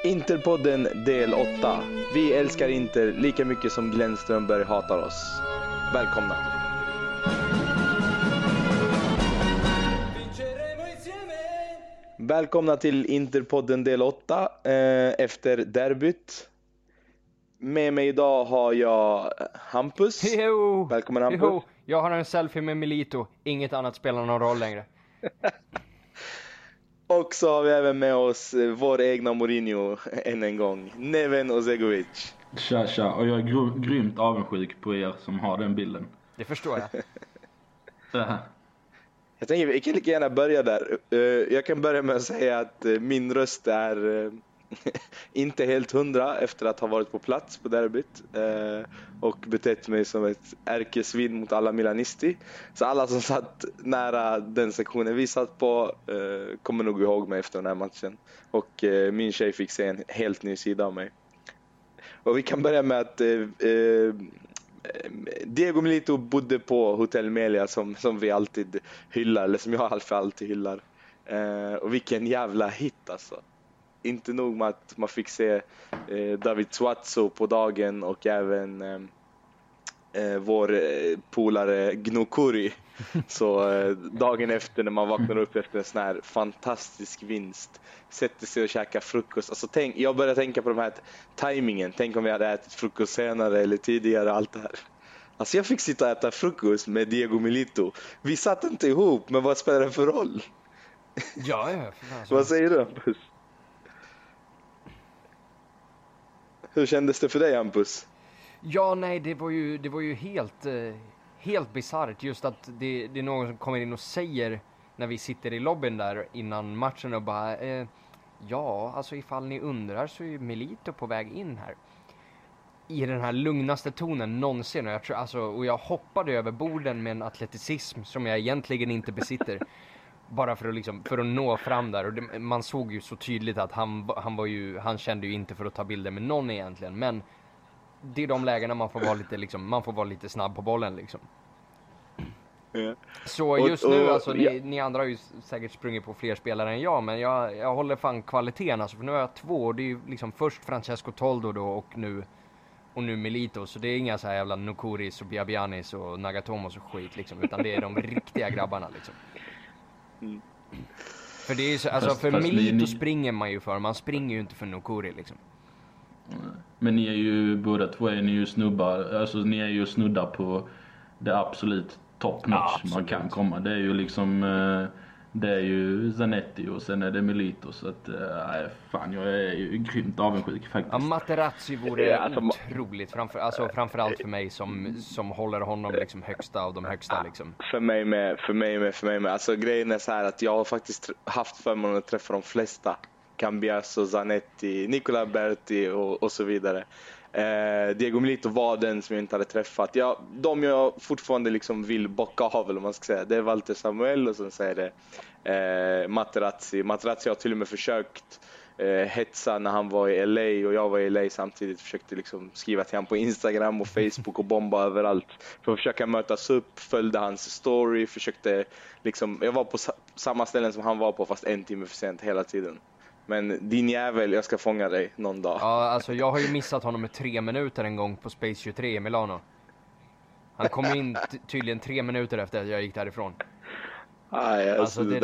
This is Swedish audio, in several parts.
Interpodden del 8. Vi älskar Inter lika mycket som Glenn Strömberg hatar oss. Välkomna. Välkomna till Interpodden del 8 efter derbyt. Med mig idag har jag Hampus. Jo. Välkommen Hampus. Jo. Jag har en selfie med Milito. Inget annat spelar någon roll längre. Och så har vi även med oss vår egna Mourinho än en gång. Neven Ozegovic. Tja, och jag är grymt avundsjuk på er som har den bilden. Det förstår jag. Jag tänker vi kan lika gärna börja där. Jag kan börja med att säga att min röst är inte helt 100 efter att ha varit på plats på derbyt och betett mig som ett ärkesvin mot alla milanisti. Så alla som satt nära den sektionen vi satt på kommer nog ihåg mig efter den här matchen. Och min tjej fick se en helt ny sida av mig. Och vi kan börja med att Diego Milito bodde på Hotel Melia som vi alltid hyllar, eller som jag alltid hyllar. Och vilken jävla hit alltså. Inte nog med att man fick se David Suazo på dagen och även vår polare Gnokuri. Så dagen efter när man vaknar upp efter en sån här fantastisk vinst, sätter sig och käkar frukost. Alltså jag börjar tänka på de här tajmingen. Tänk om vi hade ätit frukost senare eller tidigare, allt det här. Alltså jag fick sitta och äta frukost med Diego Milito. Vi satt inte ihop, men vad spelar det för roll? Ja. Vad säger du, Hampus? Hur kändes det för dig, Hampus? Ja, nej, det var ju helt bizarrt just att det är någon som kommer in och säger när vi sitter i lobbyn där innan matchen och bara ja, alltså ifall ni undrar så är Milito på väg in här. I den här lugnaste tonen någonsin, och jag tror alltså, och jag hoppade över borden med en atleticism som jag egentligen inte besitter. Bara för att nå fram där, och man såg ju så tydligt att han kände ju inte för att ta bilder med någon egentligen, men det är de lägena man får vara lite snabb på bollen liksom. Ja. Så just nu alltså ni andra har ju säkert sprungit på fler spelare än jag, men jag håller fan kvaliteten alltså, för nu har jag två, och det är ju liksom först Francesco Toldo då och nu Milito, så det är inga så här jävla Nukuris och Biabianis och Nagatomos och skit liksom, utan det är de riktiga grabbarna liksom. Mm. För det är så, alltså för Milito springer man ju för, man springer ju inte för Nukuri liksom. Men ni är ju båda två är ni ju snubbar, alltså ni är ju snuddar på det absolut top notch man kan komma. Det är ju liksom det är ju Zanetti och sen är det Milito, så att fan jag är ju grymt avundsjuk faktiskt. Ja, Materazzi vore otroligt framförallt för mig som håller honom liksom högsta av de högsta liksom. För mig med. Alltså grejen är så här att jag har faktiskt haft förmånen att träffa de flesta. Cambiasso, Zanetti, Nicola Berti och så vidare. Diego Milito var den som jag inte hade träffat. De jag fortfarande liksom vill bocka av, eller man ska säga. Det är Walter Samuel och sen säger det Materazzi. Materazzi har till och med försökt hetsa när han var i LA och jag var i LA samtidigt. Försökte liksom skriva till han på Instagram och Facebook och bomba överallt för att försöka mötas upp. Följde hans story, försökte liksom, jag var på samma ställen som han var på, fast en timme för sent hela tiden. Men din jävel, jag ska fånga dig någon dag. Ja, alltså jag har ju missat honom med 3 minuter en gång på Space 23 i Milano. Han kom in tydligen 3 minuter efter att jag gick därifrån. Alltså det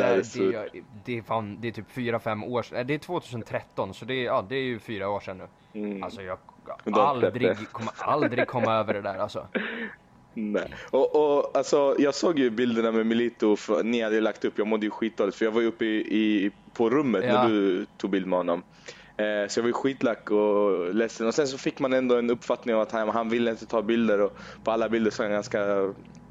är typ 4-5 år sedan. Det är 2013, så det är ju 4 år sedan nu. Alltså jag kommer aldrig komma över det där alltså. Nej. Och alltså jag såg ju bilderna med Milito ni hade lagt upp. Jag mådde ju skitdåligt för jag var ju uppe på rummet när du tog bild med honom. Så jag var ju skitlack och ledsen. Och sen så fick man ändå en uppfattning av att han ville inte ta bilder, och på alla bilder så är han ganska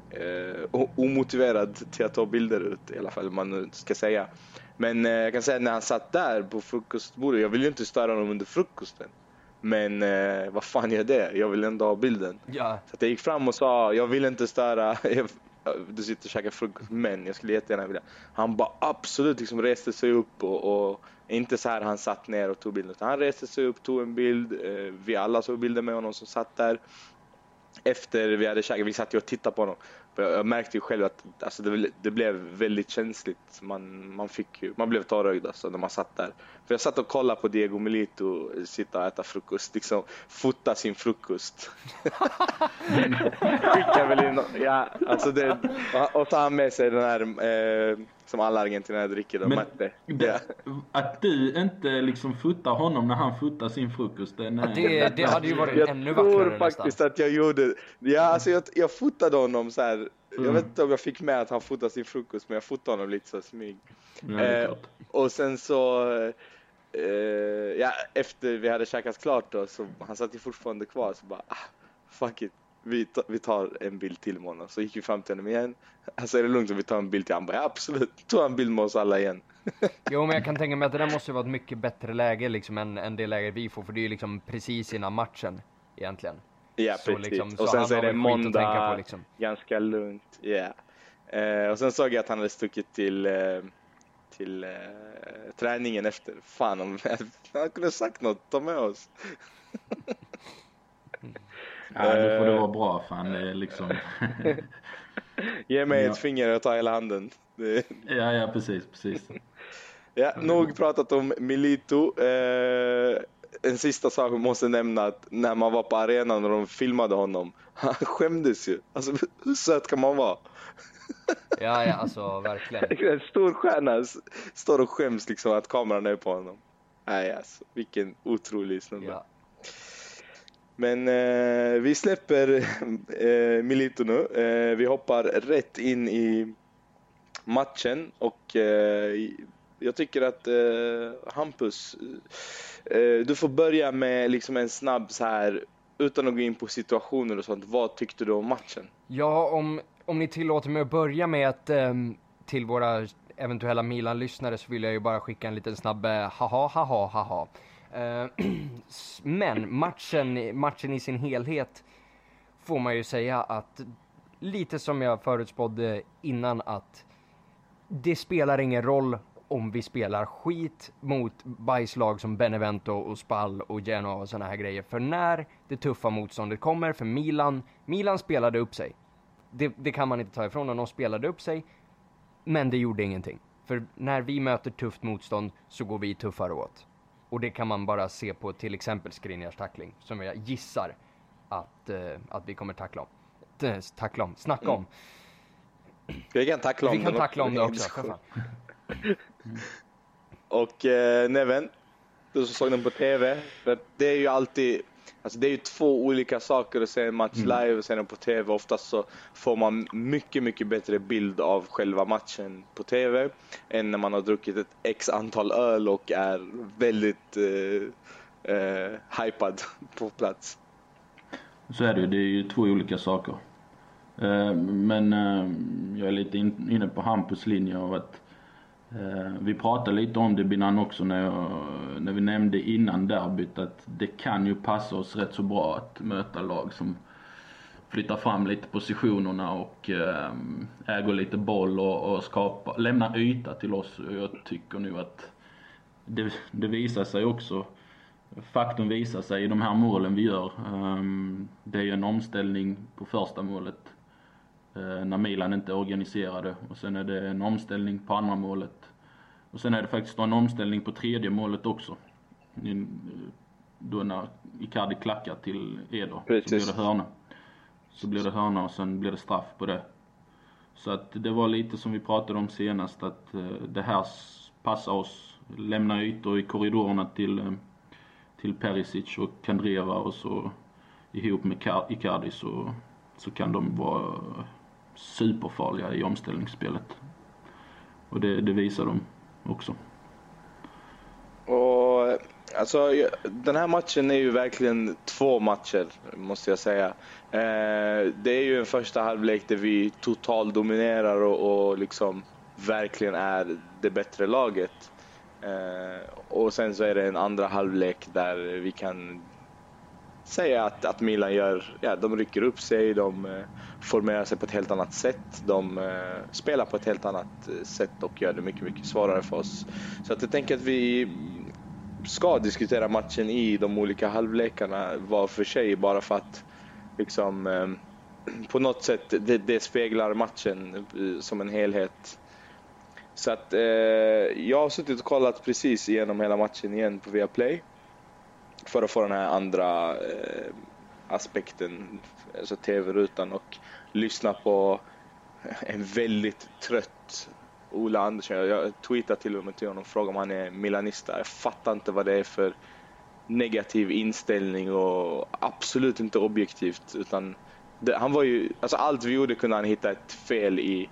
omotiverad till att ta bilder ut, i alla fall man nu ska säga. Men jag kan säga när han satt där på frukostbordet, jag ville ju inte störa honom under frukosten. Men vad fan är det? Jag vill ändå ha bilden. Ja. Så att jag gick fram och sa, jag vill inte störa. Du sitter och käkar frukost, men jag skulle jättegärna vilja. Han bara absolut liksom reste sig upp och inte så här han satt ner och tog bilden. Han reste sig upp, tog en bild. Vi alla såg bilder med honom som satt där. Efter vi hade käkat, vi satt ju och tittade på honom. Jag märkte ju själv att alltså, det blev väldigt känsligt. Man blev tårögd alltså, när man satt där. För jag satt och kollade på Diego Milito sitta och äta frukost, liksom fota sin frukost. Skickade väl in, ja, alltså det, och så har han med sig den här som alla argentinare dricker då, matte. Att du inte liksom fotar honom när han fotar sin frukost, det hade ju varit ännu vackrare. Jag tror faktiskt att jag gjorde, ja alltså jag fotade honom så här. Jag vet inte om jag fick med att han fotade sin frukost, men jag fotade honom lite så smyg. Och sen så efter vi hade käkat klart då, så han satt ju fortfarande kvar, så bara fuck it, vi tar en bild till med honom. Så gick vi fram till honom igen. Alltså är det lugnt om vi tar en bild till han? Ja, absolut, tog en bild med oss alla igen. Jo, men jag kan tänka mig att det där måste vara ett mycket bättre läge liksom, än det läge vi får, för det är ju liksom precis innan matchen egentligen. Ja, så, precis. liksom, och sen så är det måndag på, liksom. Ganska lugnt. Och sen såg jag att han hade stuckit till träningen efter. Fan, om han kunde sagt något, ta med oss. Ja, nu får det vara bra, fan. Det är liksom... Ge mig ett finger och ta hela handen. Ja, precis. Ja, nog pratat om Milito. En sista sak vi måste nämna, att när man var på arenan och de filmade honom, han skämdes ju. Alltså, hur söt kan man vara? Ja, alltså verkligen. En stor stjärna står och skäms liksom att kameran är på honom. Nej, alltså, vilken otrolig snubbe. Ja. Men vi släpper Milito nu. Vi hoppar rätt in i matchen och jag tycker att Hampus, du får börja med liksom en snabb så här, utan att gå in på situationer och sånt. Vad tyckte du om matchen? Ja, om ni tillåter mig att börja med att till våra eventuella Milan-lyssnare, så vill jag ju bara skicka en liten snabb haha. Men matchen i sin helhet får man ju säga att, lite som jag förutspådde innan, att det spelar ingen roll om vi spelar skit mot bajslag som Benevento och Spal och Genoa och såna här grejer. För när det tuffa motståndet kommer, för Milan spelade upp sig. Det kan man inte ta ifrån dem, de spelade upp sig, men det gjorde ingenting. För när vi möter tufft motstånd så går vi tuffare åt. Och det kan man bara se på till exempel Skriniars tackling, som jag gissar att vi kommer snacka om. Vi kan tackla om det också. Och Neven, du som såg den på TV, för det är ju alltid, alltså det är ju två olika saker att se en match live och se den på TV. Oftast så får man mycket, mycket bättre bild av själva matchen på TV än när man har druckit ett x antal öl och är väldigt hypad på plats. Så är det är ju två olika saker. Men jag är lite inne på Hampus linje av att vi pratade lite om det innan också när vi nämnde innan derbyt att det kan ju passa oss rätt så bra att möta lag som flyttar fram lite positionerna och äger lite boll och lämnar yta till oss. Jag tycker nu att det visar sig också. Faktum visar sig i de här målen vi gör. Det är ju en omställning på första målet när Milan inte är organiserade, och sen är det en omställning på andra målet, och sen är det faktiskt en omställning på tredje målet också, då när Icardi klackar till Eder. Precis. Så blir det hörna och sen blir det straff på det. Så att det var lite som vi pratade om senast, att det här passar oss, lämna ytor i korridorerna till Perisic och Kandreva, och så ihop med Icardi så kan de vara superfarliga i omställningsspelet. Och det visar de också. Och alltså, den här matchen är ju verkligen två matcher, måste jag säga. Det är ju en första halvlek där vi totalt dominerar och liksom verkligen är det bättre laget. Och sen så är det en andra halvlek där vi kan säga att Milan de rycker upp sig, de formerar sig på ett helt annat sätt, de spelar på ett helt annat sätt och gör det mycket, mycket svårare för oss. Så att jag tänker att vi ska diskutera matchen i de olika halvlekarna var för sig, bara för att liksom på något sätt det speglar matchen som en helhet. Så att jag har suttit och kollat precis igenom hela matchen igen på Viaplay för att få den här andra aspekten, alltså tv-rutan, och lyssna på en väldigt trött Ola Andersson. Jag tweetade till och med till honom och frågade om han är milanista. Jag fattar inte vad det är för negativ inställning, och absolut inte objektivt, utan han var ju, alltså allt vi gjorde kunde han hitta ett fel i,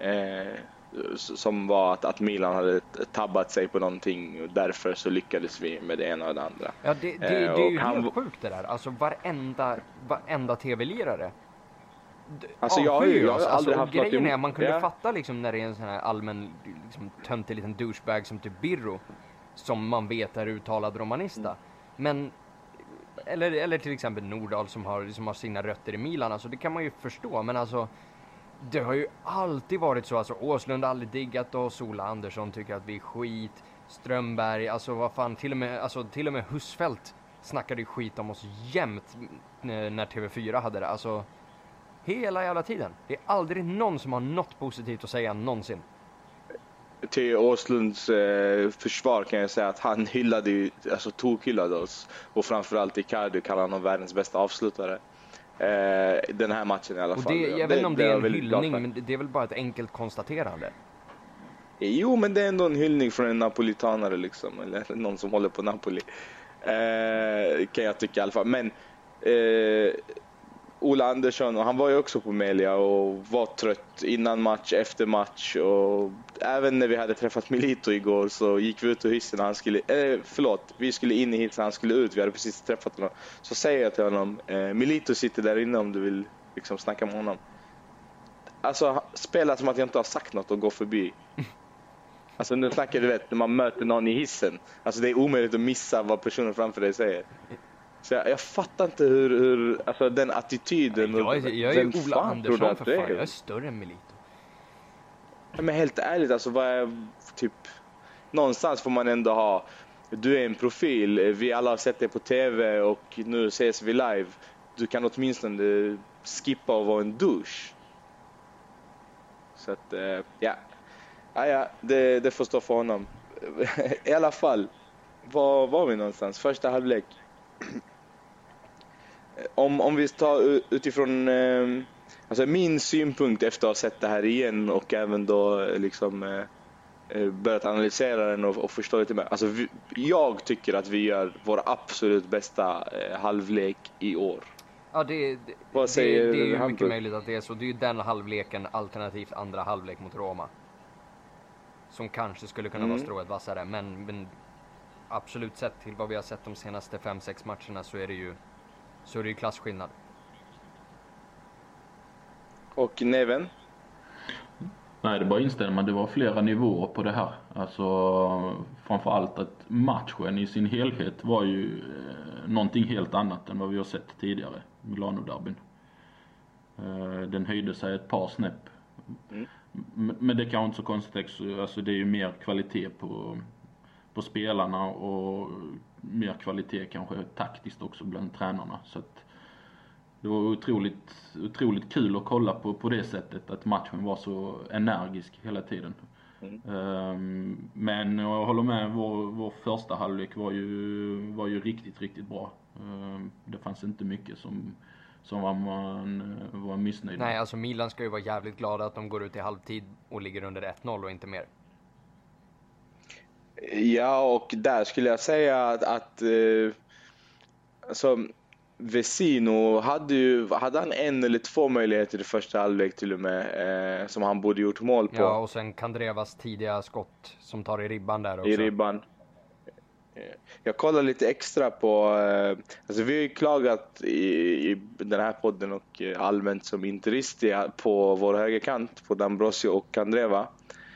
som var att Milan hade tabbat sig på någonting, och därför så lyckades vi med det ena och det andra. Ja, det är ju helt sjukt det där. Alltså varenda tv-lirare. Alltså jag har aldrig haft något grejen är, man kunde fatta liksom när det är en sån här allmän liksom, töntig liten douchebag som typ Birro, som man vet är uttalad romanista. Men eller till exempel Nordahl som har sina rötter i Milan, alltså det kan man ju förstå, men alltså det har ju alltid varit så, alltså Åslund har aldrig diggat oss, Ola Andersson tycker att vi är skit, Strömberg, alltså vad fan, till och med Husfeldt snackade ju skit om oss jämt när TV4 hade det, alltså hela jävla tiden. Det är aldrig någon som har något positivt att säga någonsin. Till Åslunds försvar kan jag säga att han tokhyllade oss, och framförallt Icardi kallar honom världens bästa avslutare. Den här matchen i alla fall. Jag vet inte om det är en hyllning, men det är väl bara ett enkelt konstaterande. Jo, men det är ändå en hyllning från en napolitanare liksom, eller någon som håller på Napoli, kan jag tycka i alla fall. Men Ola Andersson, och han var ju också på Melia och var trött innan match, efter match, och även när vi hade träffat Milito igår så gick vi ut ur hissen och han skulle, vi skulle in i hissen, han skulle ut, vi hade precis träffat honom. Så säger jag till honom, Milito sitter där inne om du vill liksom snacka med honom. Alltså spela som att jag inte har sagt något och gå förbi. Alltså nu snackar du vet, när man möter någon i hissen, alltså det är omöjligt att missa vad personen framför dig säger. Så jag fattar inte hur alltså den attityden. Jag är ju Ola Andersson för fan, jag är större än Milito. Men helt ärligt, alltså vad är typ, någonstans får man ändå ha, du är en profil, vi alla har sett det på tv och nu ses vi live. Du kan åtminstone skippa och vara en douche. Så att ja, det får stå för honom. I alla fall, var vi någonstans? Första halvlek. Om vi tar utifrån alltså min synpunkt efter att ha sett det här igen och även då liksom börjat analysera den och förstå lite mer. Alltså jag tycker att vi gör vår absolut bästa halvlek i år. Ja, det är ju mycket möjligt att det är så. Det är ju den halvleken alternativt andra halvlek mot Roma som kanske skulle kunna vara strået vassare, men absolut sett till vad vi har sett de senaste 5-6 matcherna så är det ju klassskillnad. Och Neven? Nej, det bara instämmer. Det var flera nivåer på det här. Alltså framförallt att matchen i sin helhet var ju någonting helt annat än vad vi har sett tidigare. Milano-derbyn. Den höjde sig ett par snäpp. Men det kan inte så konstigt. Alltså det är ju mer kvalitet på spelarna och mer kvalitet kanske taktiskt också bland tränarna. Så att det var otroligt kul att kolla på det sättet, att matchen var så energisk hela tiden. Men jag håller med, vår första halvlek var ju riktigt bra. Det fanns inte mycket som man var missnöjd med. Nej, alltså Milan ska ju vara jävligt glada att de går ut i halvtid och ligger under 1-0 och inte mer. Ja, och där skulle jag säga att alltså Vesino hade han en eller två möjligheter i första halvlek till och med som han borde gjort mål på. Ja, och sen Kandrevas tidiga skott som tar i ribban där också. I ribban. Jag kollar lite extra på alltså vi har ju klagat i den här podden och allmänt som interisti på vår högerkant, på D'Ambrosio och Kandreva.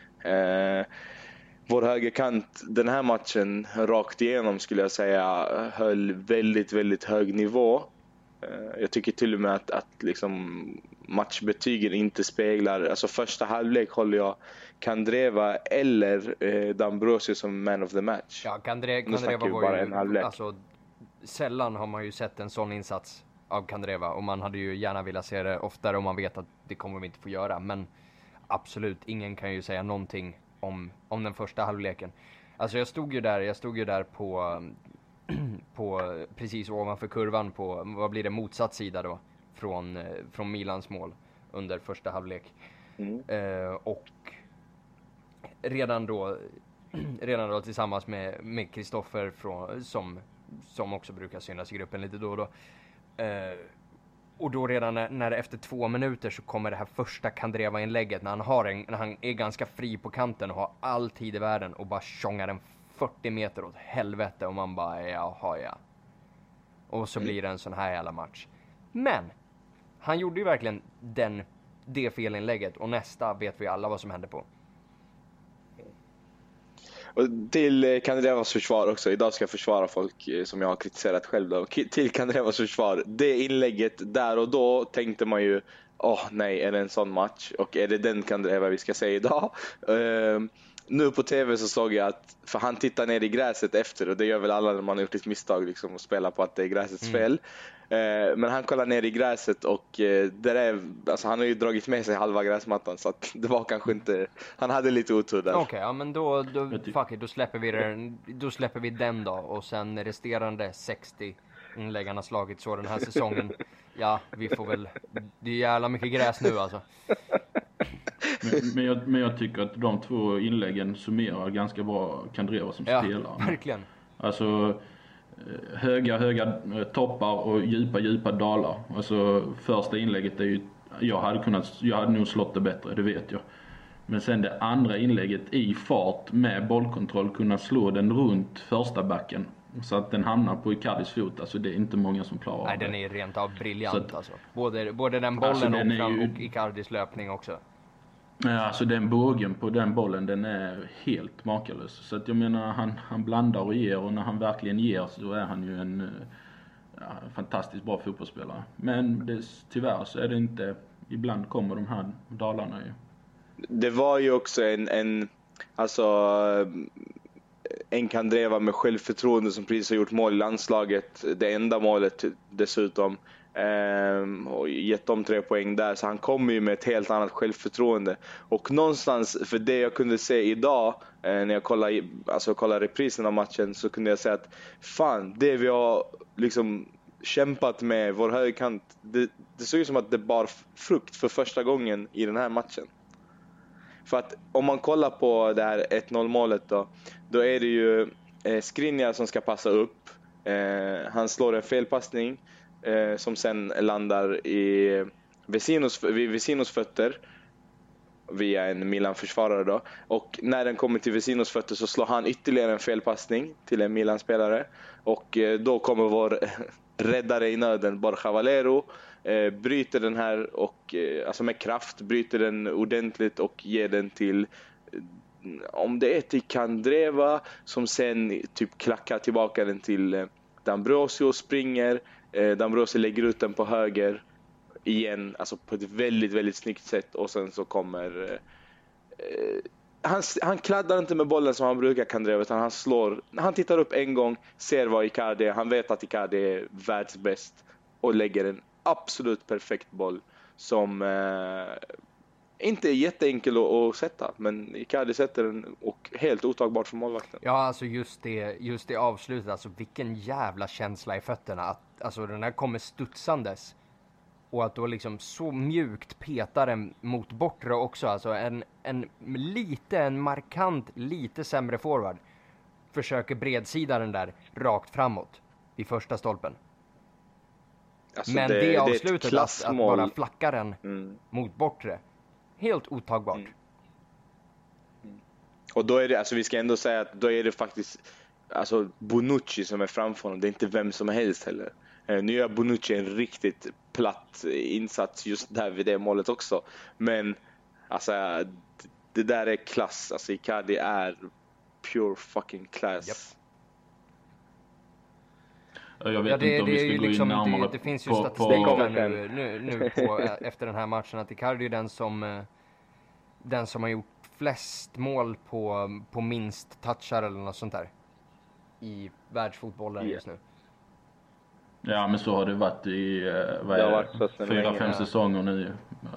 Vår högerkant den här matchen rakt igenom skulle jag säga höll väldigt hög nivå. Jag tycker till och med att liksom matchbetygen inte speglar, alltså första halvlek håller jag Kandreva eller D'Ambrosio som man of the match. Ja, Kandreva var ju, alltså sällan har man ju sett en sån insats av Kandreva, och man hade ju gärna velat se det oftare, och man vet att det kommer vi inte få göra, men absolut, ingen kan ju säga någonting om den första halvleken. Alltså jag stod ju där på precis ovanför kurvan på, vad blir det, motsatt sida då från Milans mål under första halvlek. Och redan då tillsammans med Kristoffer som också brukar synas i gruppen lite då och då. Och då redan när efter 2 minuter så kommer det här första Kandreva-inlägget när han är ganska fri på kanten och har all tid i världen och bara tjongar den 40 meter åt helvete, och man bara ja. Och så blir det en sån här jävla match. Men han gjorde ju verkligen det felinlägget, och nästa vet vi alla vad som hände på. Och till Kandrevas försvar också, idag ska jag försvara folk som jag har kritiserat själv då. Till Kandrevas försvar, det inlägget där och då tänkte man ju, nej, är det en sån match? Och är det den Kandreva vi ska se idag? Nu på tv så såg jag att, för han tittar ner i gräset efter, och det gör väl alla när man har gjort ett misstag liksom, och spelar på att det är gräsets fel. Men han kollar ner i gräset, och alltså han har ju dragit med sig halva gräsmattan, så att det var kanske inte, han hade lite otur där. Okej, ja, men då fuck it, då släpper vi den då, och sen resterande 60 inläggarna slagit så den här säsongen. Ja, vi får väl, det är jävla mycket gräs nu alltså. Men jag tycker att de 2 inläggen summerar ganska bra Kandreva som spelare. Ja, verkligen. Alltså höga toppar och djupa dalar. Alltså första inlägget är ju, jag hade nog slått det bättre, det vet jag. Men sen det andra inlägget i fart med bollkontroll, kunna slå den runt första backen så att den hamnar på Icardis fot. Alltså det är inte många som klarar av det. Nej, den är rent av briljant alltså. Både den bollen och Icardis löpning också. Ja, alltså den bågen på den bollen, den är helt makalös. Så att jag menar, han blandar och ger, och när han verkligen ger så är han ju en fantastiskt bra fotbollsspelare. Men tyvärr så är det inte, ibland kommer de här dalarna ju. Det var ju också en Kandreva med självförtroende som precis har gjort mål i landslaget. Det enda målet dessutom. Och gett dem 3 poäng där, så han kommer ju med ett helt annat självförtroende. Och någonstans, för det jag kunde se idag när jag kollade reprisen av matchen, så kunde jag säga att fan, det vi har liksom kämpat med vår högerkant, det såg ut som att det bar frukt för första gången i den här matchen. För att om man kollar på det här 1-0 målet då är det ju Skriniar som ska passa upp. Han slår en felpassning som sen landar vid Vecinos fötter via en Milan-försvarare då. Och när den kommer till Vecinos fötter så slår han ytterligare en felpassning till en Milan-spelare. Och då kommer vår räddare i nöden, Borja Valero, bryter den här och alltså med kraft bryter den ordentligt och ger den till, om det är till Kandreva, som sen typ klackar tillbaka den till D'Ambrosio, springer. D'Ambrosio lägger ut den på höger igen, alltså på ett väldigt, väldigt snyggt sätt, och sen så kommer han kladdar inte med bollen som han brukar, Kandreva, utan han tittar upp en gång, ser vad Icardi är, han vet att Icardi är världsbäst och lägger en absolut perfekt boll som inte är jätteenkel att sätta, men Icardi sätter den och helt otagbart för målvakten. Ja, alltså just det avslutet, alltså vilken jävla känsla i fötterna, att alltså den här kommer studsandes och att då liksom så mjukt petar den mot bortre också, alltså en markant lite sämre forward försöker bredsida den där rakt framåt i första stolpen. Alltså men det avslutet att bara flacka den mot bortre, helt otagbart. Och då är det, alltså vi ska ändå säga att då är det faktiskt alltså Bonucci som är framför honom, det är inte vem som helst heller. Nu gör Bonucci en riktigt platt insats just där vid det målet också. Men alltså det där är klass. Alltså Icardi är pure fucking class. Yep. Jag vet inte om vi ska gå in närmare. Det finns ju statistik nu på efter den här matchen att Icardi är den som har gjort flest mål på minst touchar eller något sånt där i världsfotbollen just nu. Ja, men så har det varit i Det har varit så sedan 4-5 länge. säsonger nu. Ja.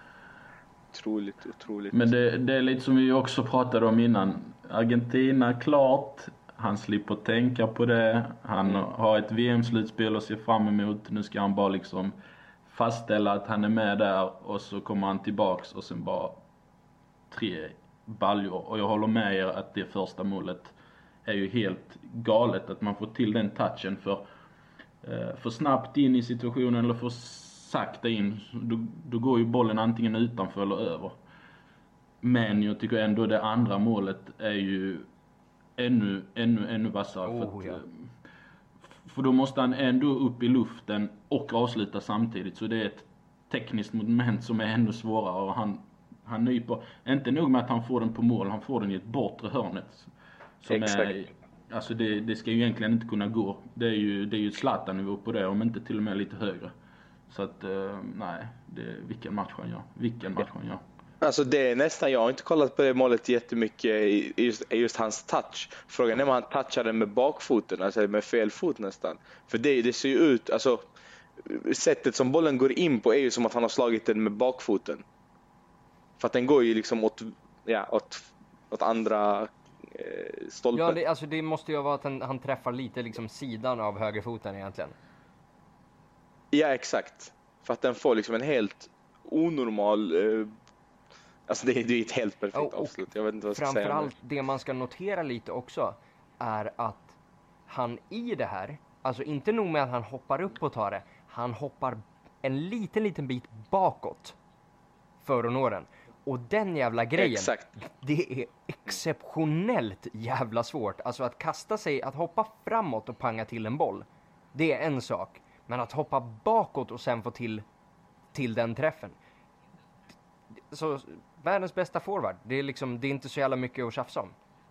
Otroligt. Men det är lite som vi också pratade om innan. Argentina, klart. Han slipper tänka på det. Han har ett VM-slutspel att se fram emot. Nu ska han bara liksom fastställa att han är med där. Och så kommer han tillbaks och sen bara 3 baljor. Och jag håller med er att det första målet är ju helt galet. Att man får till den touchen för snabbt in i situationen eller för sakta in. Då går ju bollen antingen utanför eller över. Men jag tycker ändå det andra målet är ju ännu vassare. För då måste han ändå upp i luften och avsluta samtidigt. Så det är ett tekniskt moment som är ännu svårare. Och han nyper, inte nog med att han får den på mål, han får den i ett bortre hörnet. Som är, alltså det ska ju egentligen inte kunna gå. Det är ju Zlatan-nivå på det, om inte till och med lite högre. Så att, nej, vilken match han gör. Alltså det är nästan, jag har inte kollat på det målet jättemycket just hans touch. Frågan är om han touchar den med bakfoten, alltså med fel fot nästan. För det ser ju ut, alltså sättet som bollen går in på är ju som att han har slagit den med bakfoten. För att den går ju liksom åt andra stolpen. Ja, det måste ju vara att han träffar lite liksom sidan av högerfoten egentligen. Ja, exakt. För att den får liksom en helt onormal... Alltså det är ett helt perfekt avslut. Jag vet inte vad jag ska säga. Framförallt det man ska notera lite också är att han i det här, alltså inte nog med att han hoppar upp och tar det, han hoppar en liten bit bakåt för att nå den. Och den jävla grejen, exakt. Det är exceptionellt jävla svårt. Alltså att kasta sig, att hoppa framåt och panga till en boll, det är en sak. Men att hoppa bakåt och sen få till den träffen. Så världens bästa forward, det är inte så jävla mycket att tjafsa om.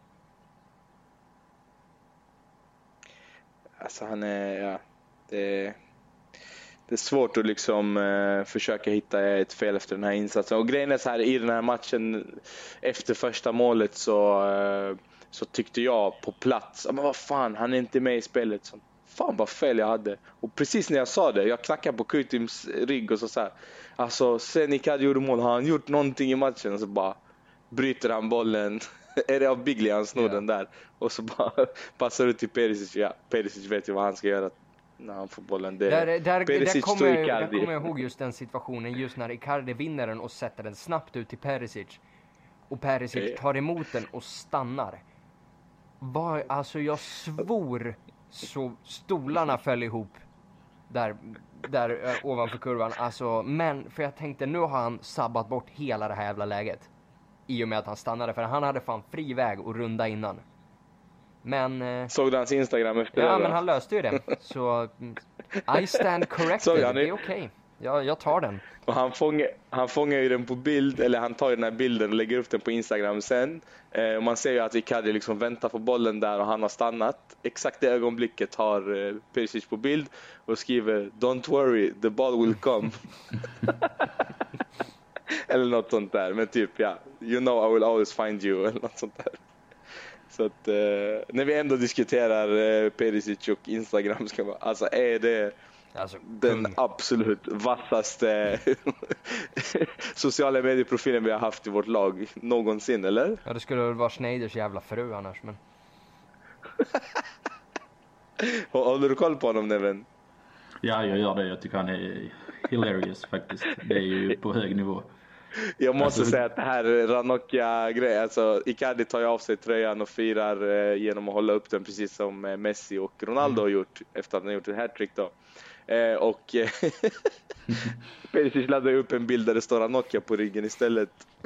Alltså han är, det är svårt att liksom försöka hitta ett fel efter den här insatsen. Och grejen är så här, i den här matchen efter första målet så tyckte jag på plats, men vad fan, han är inte med i spelet. Så, fan vad fel jag hade. Och precis när jag sa det, jag knackade på Kutims rygg och så här. Alltså sen Icardi gjorde mål, har han gjort någonting i matchen? Och så bara bryter han bollen. Är det av Biglia han snor den där? Och så bara passar ut till Perisic. Ja, Perisic vet ju vad han ska göra när han får bollen. Där kommer jag ihåg just den situationen, just när Icardi vinner den och sätter den snabbt ut till Perisic. Och Perisic tar emot den och stannar. Alltså jag svor så stolarna föll ihop där ovanför kurvan. Alltså, men för jag tänkte, nu har han sabbat bort hela det här jävla läget i och med att han stannade, för han hade fan fri väg att runda innan. Men såg du hans Instagram efter det? Ja, men han löste ju det. Så I stand corrected. Det är okej. Jag tar den. Och han fångar ju den på bild, eller han tar ju den här bilden och lägger upp den på Instagram sen. Och man ser ju att Icardi liksom väntar på bollen där och han har stannat. Exakt det ögonblicket har Perisic på bild och skriver "Don't worry, the ball will come". Eller något sånt där. Men typ, "You know I will always find you", eller något sånt där. Så att när vi ändå diskuterar Perisic och Instagram, ska man, alltså är det den absolut vassaste sociala medieprofilen vi har haft i vårt lag någonsin, eller? Ja, det skulle väl vara Schneiders jävla fru annars, men... Håller du koll på honom, Neven? Ja, jag gör det. Jag tycker han är hilarious faktiskt. Det är ju på hög nivå. Jag måste säga att det här Ranocchia-grej, alltså Icardi tar ju av sig tröjan och firar genom att hålla upp den, precis som Messi och Ronaldo har gjort efter att han har gjort ett hattrick då. Och Perisic laddar upp en bild där det står Ranocchia på ryggen istället.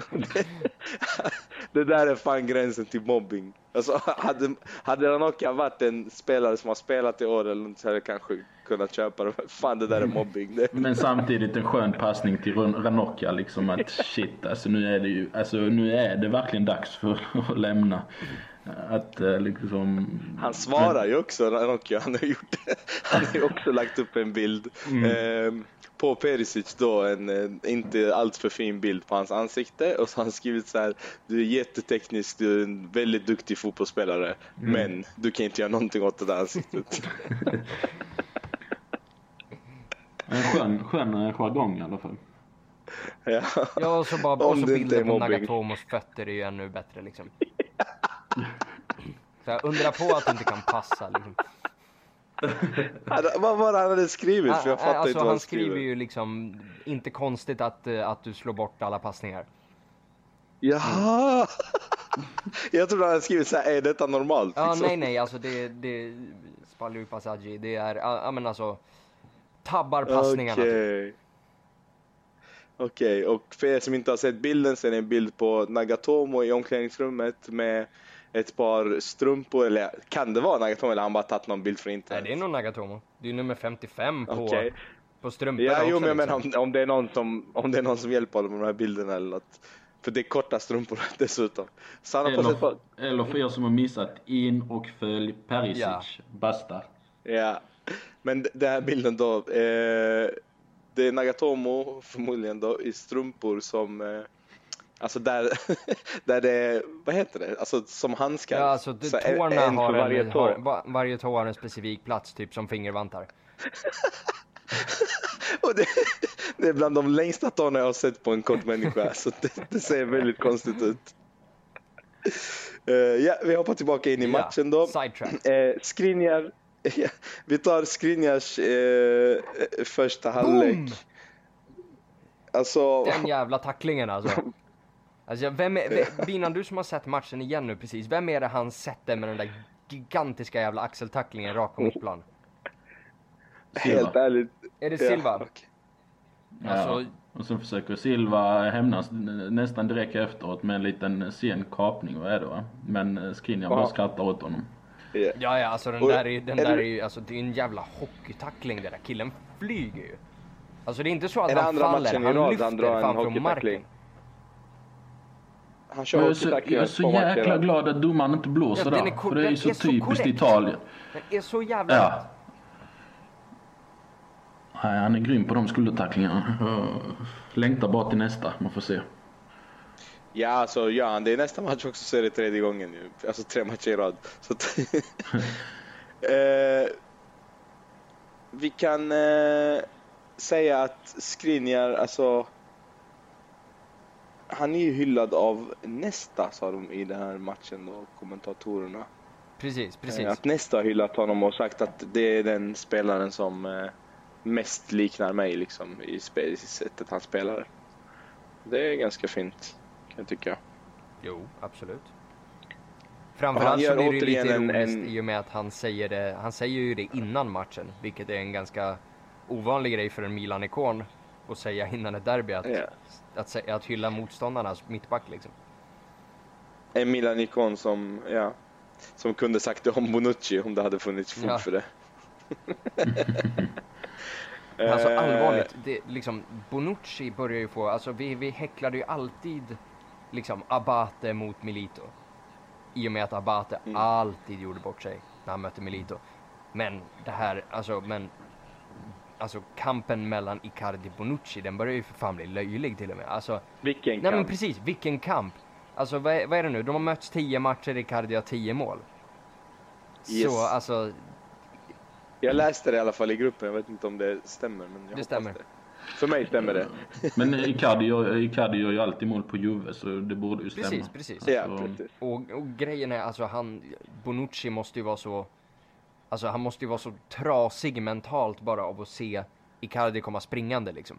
Det där är fan gränsen till mobbing. Alltså, hade Ranocchia varit en spelare som har spelat i år eller något, så hade jag kanske kunnat köpa det. Fan, det där är mobbing. Men samtidigt en skön passning till Ranocchia, liksom att shit, alltså nu är det verkligen dags för att lämna. Att liksom... Han svarar ju också, Ranocchia, han har gjort det. Han har ju också lagt upp en bild på Perisic då, en inte alls för fin bild på hans ansikte, och så har han skrivit så här: "Du är jätteteknisk, du är en väldigt duktig fotbollsspelare, men du kan inte göra någonting åt det där ansiktet." En skön jargong i alla fall. Ja, Ja, och så bara om och så det inte är bilden på mobbing. Nagatomos fötter är ju ännu bättre liksom. Så jag undrar på att det inte kan passa liksom. Vad var det han hade skrivit? För jag fattar Alltså, inte vad han han skriver skriver. ju liksom, inte konstigt att du slår bort alla passningar. Jaha! Jag trodde han hade skrivit så här, är detta normalt? Ja, Liksom. nej, alltså det Spallewi Passaggi, det är, ja men alltså, tabbar passningarna typ. Okej, och för er som inte har sett bilden så är det en bild på Nagatomo i omklädningsrummet med ett par strumpor, eller kan det vara Nagatomo eller har han bara tagit någon bild från Nej, internet? det är nog Nagatomo. Det är nummer 55 Okej. på strumporna Ja, jo, också, men jag liksom. menar om det är någon som hjälper honom med de här bilderna eller något. För det är korta strumpor dessutom. Så han har fått ett par... Eller för er som har missat, in och följ Perisic. Ja. Basta. Ja, men den här bilden då, det är Nagatomo förmodligen då i strumpor som, alltså där, där det är, vad heter det, alltså som handskar. Ja, alltså Så tårna en har för varje tå. varje tå har en specifik plats, typ som fingervantar. Och det är bland de längsta tårna jag har sett på en kort människa, så det ser väldigt konstigt ut. Ja, vi hoppar tillbaka in i matchen då. Sidetrack. Skriniar. Vi tar Skriniars första halvlek. Alltså, Den jävla tacklingen alltså. Alltså Binan, du som har sett matchen igen nu precis, vem är det han sätter med den där gigantiska jävla axeltacklingen rakt på mittplan? helt ärligt. Är det Silva? okej. Ja. Alltså- Och så försöker Silva hämnas nästan direkt efteråt med en liten sen kapning, vad är det va? Men Skriniar bara skrattar åt honom. Ja. Ja, alltså den Och- där är det- ju, alltså det är en jävla hockeytackling det där. Killen flyger ju. Alltså det är inte så att Är det han andra faller, matchen i han rad lyfter han drar en fan från hockeytackling? marken. Han kör Jag hockeytacklingar är så två matcher i jäkla rad. glad att domaren inte blåser Ja, den där. är För det är den ju så är så typiskt korrekt. Italien. Den är så jävla Ja. Nej, han är grym på de skuldertacklingarna. Längtar bara till nästa, man får se. Ja, alltså gör han det är nästa match också så är det tredje gången nu. Alltså 3 matcher i rad. Så att, vi kan säga att Skriniar, alltså han är ju hyllad av Nesta, sa de i den här matchen då, kommentatorerna. Precis. Att Nesta har hyllat honom och sagt att det är den spelaren som mest liknar mig liksom i sättet han spelar. Det är ganska fint, kan jag tycka. Jo, absolut. Och Framförallt han så gör blir det lite återigen ironiskt i och med att han säger ju det innan matchen, vilket är en ganska ovanlig grej för en Milan-ikon att säga innan ett derby, att hylla motståndarnas mittback liksom. En Milan-ikon som kunde sagt det om Bonucci om det hade funnits fog Ja. för det. Alltså allvarligt, det, liksom, Bonucci börjar ju få, alltså vi häcklade ju alltid liksom Abate mot Milito. I och med att Abate alltid gjorde bort sig när han mötte Milito. Men det här, alltså kampen mellan Icardi och Bonucci, den börjar ju för fan bli löjlig till och med. Alltså, Vilken nej kamp. men precis, vilken kamp. Alltså vad är det nu? De har mötts 10 matcher, Icardi har 10 mål. Yes. Så alltså, Jag läste det i alla fall i gruppen, jag vet inte om det stämmer. Men jag hoppas stämmer. det. För mig stämmer det. Men Icardi gör ju alltid mål på Juve, så det borde ju stämma. precis. Ja, Alltså, precis. Och grejen är, alltså Bonucci måste ju vara så, alltså han måste ju vara så trasig mentalt bara av att se Icardi komma springande liksom.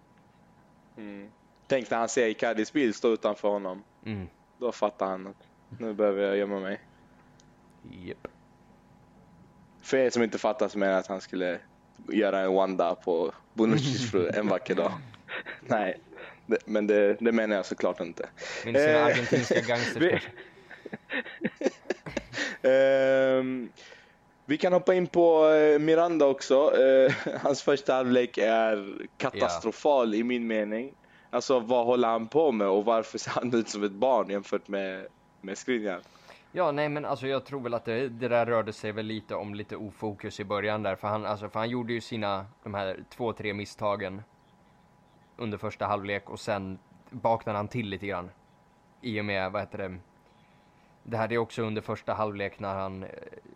Tänk när han ser Icardis bil stå utanför honom. Då fattar han att nu behöver jag gömma mig. Yep. För er som inte fattar så menar jag att han skulle göra en wanda på Bonuccis fru en vacker dag. Nej, men det menar jag såklart inte. Minns sina argentinska gangsters kanske. Vi kan hoppa in på Miranda också. Hans första halvlek är katastrofal i min mening. Alltså vad håller han på med och varför ser han ut som ett barn jämfört med Skriniar? Ja, nej men alltså jag tror väl att det där rörde sig väl lite om lite ofokus i början där. För han gjorde ju de här 2-3 misstagen under första halvlek och sen vaknade han till lite grann. I och med, det här är också under första halvlek när han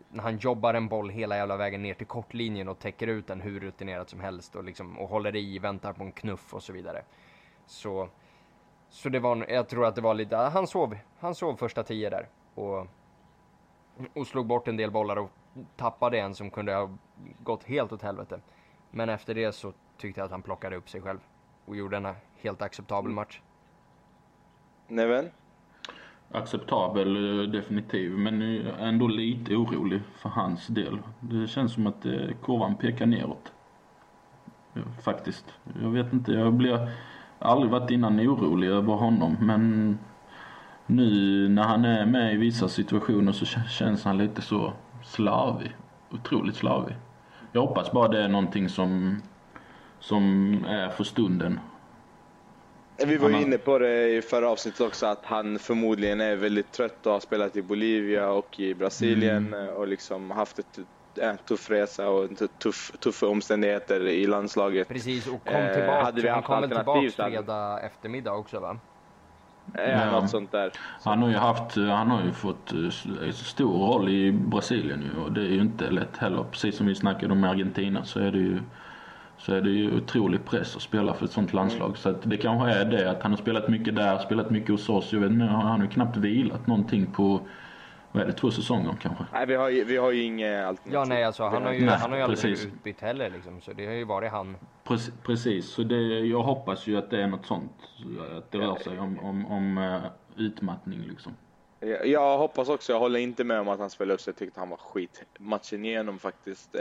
när han jobbar en boll hela jävla vägen ner till kortlinjen och täcker ut den hur rutinerat som helst och, liksom, och håller i, väntar på en knuff och så vidare. Så det var, jag tror att det var lite, han sov första 10 där och slog bort en del bollar och tappade en som kunde ha gått helt åt helvete. Men efter det så tyckte jag att han plockade upp sig själv och gjorde en helt acceptabel match. Neven? Acceptabel definitivt, men ändå lite orolig för hans del. Det känns som att kurvan pekar neråt. Faktiskt. Jag vet inte, jag blir aldrig varit innan orolig över honom, men nu när han är med i vissa situationer så känns han lite så slarvig. Otroligt slarvig. Jag hoppas bara det är någonting som är för stunden. Vi var inne på det i förra avsnittet också, att han förmodligen är väldigt trött och har spelat i Bolivia och i Brasilien och liksom haft en tuff resa och tuffa omständigheter i landslaget. Precis, och kom tillbaka. Hade vi haft han kom tillbaka så fredag eftermiddag också, va? Något sånt där. Han har ju fått stor roll i Brasilien ju, och det är ju inte lätt heller. Precis som vi snackade om Argentina så är det ju otrolig press att spela för ett sånt landslag. Så att det kanske är det att han har spelat mycket där, spelat mycket hos oss. Jag vet inte, han har ju knappt vilat någonting på, vad är det, 2 säsonger kanske? Nej, vi har ju inga alternativ. Ja, nej, alltså han har ju aldrig blivit utbytt heller liksom, så det har ju varit han. Precis, så jag hoppas ju att det är något sånt, att det rör sig om utmattning liksom. Jag hoppas också, jag håller inte med om att han spelade upp sig. Jag tyckte han var skit matchen igenom faktiskt.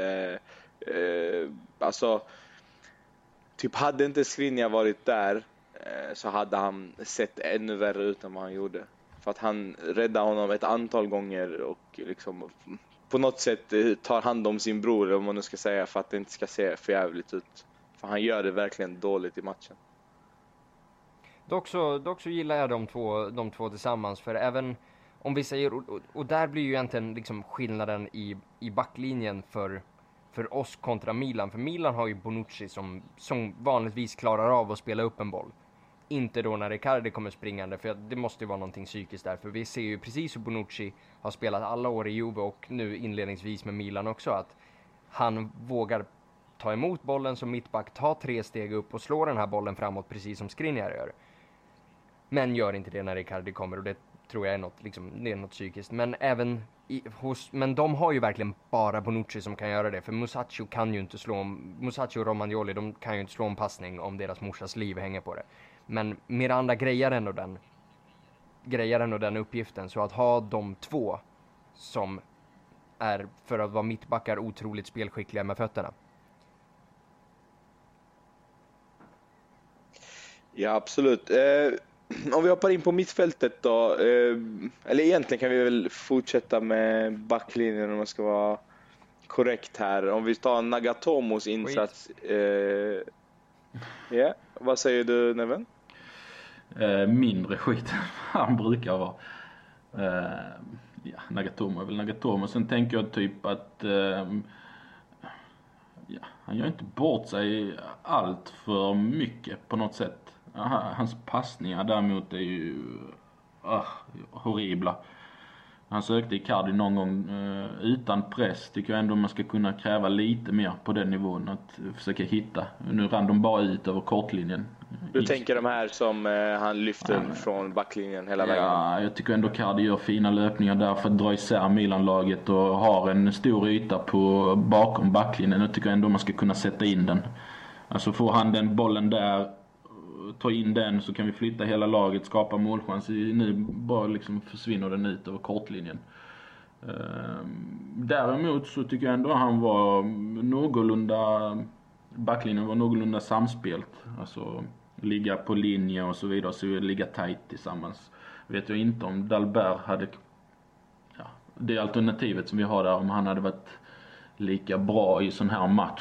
Alltså typ hade inte Skriniar varit där så hade han sett ännu värre ut än vad han gjorde. För att han räddade honom ett antal gånger och liksom på något sätt tar hand om sin bror, om man nu ska säga, för att det inte ska se för jävligt ut. För han gör det verkligen dåligt i matchen. Dock så gillar jag de två tillsammans, för även om vi säger, och där blir ju egentligen liksom skillnaden i backlinjen för oss kontra Milan. För Milan har ju Bonucci som vanligtvis klarar av att spela upp en boll. Inte då när Riccardi kommer springande, för det måste ju vara någonting psykiskt där. För vi ser ju precis hur Bonucci har spelat alla år i Juve och nu inledningsvis med Milan också, att han vågar ta emot bollen som mittback, ta 3 steg upp och slå den här bollen framåt precis som Skriniar gör. Men gör inte det när Riccardi kommer, och det tror jag är något, liksom, det är något psykiskt. Men även men de har ju verkligen bara Bonucci som kan göra det. För Musacchio och Romagnoli, de kan ju inte slå en passning om deras morsas liv hänger på det. Men Miranda grejar ändå den uppgiften. Så att ha de två som är, för att vara mittbackar, otroligt spelskickliga med fötterna. Ja, absolut. Om vi hoppar in på mittfältet då, eller egentligen kan vi väl fortsätta med backlinjen om man ska vara korrekt här. Om vi tar Nagatomos insats. Vad säger du, Neven? Mindre skit han brukar vara. Nagatomo är väl Nagatomo. Sen tänker jag typ att han gör inte bort sig allt för mycket på något sätt. Hans passningar däremot är ju horribla. Han sökte Icardi någon gång utan press. Tycker jag ändå man ska kunna kräva lite mer på den nivån, att försöka hitta. Nu rann de bara ut över kortlinjen. Du tänker de här som han lyfter från backlinjen hela vägen? Ja, jag tycker ändå Icardi gör fina löpningar där för att dra isär Milan-laget och har en stor yta bakom backlinjen. Jag tycker ändå man ska kunna sätta in den. Alltså får han den bollen där, ta in den, så kan vi flytta hela laget, skapa målchans. Nu bara liksom försvinner den ut över kortlinjen. Däremot så tycker jag ändå han var backlinjen var någorlunda samspelt. Alltså ligga på linje och så vidare, så ligga tight tillsammans. Vet jag inte om Dalbert hade det alternativet som vi har där, om han hade varit lika bra i sån här match.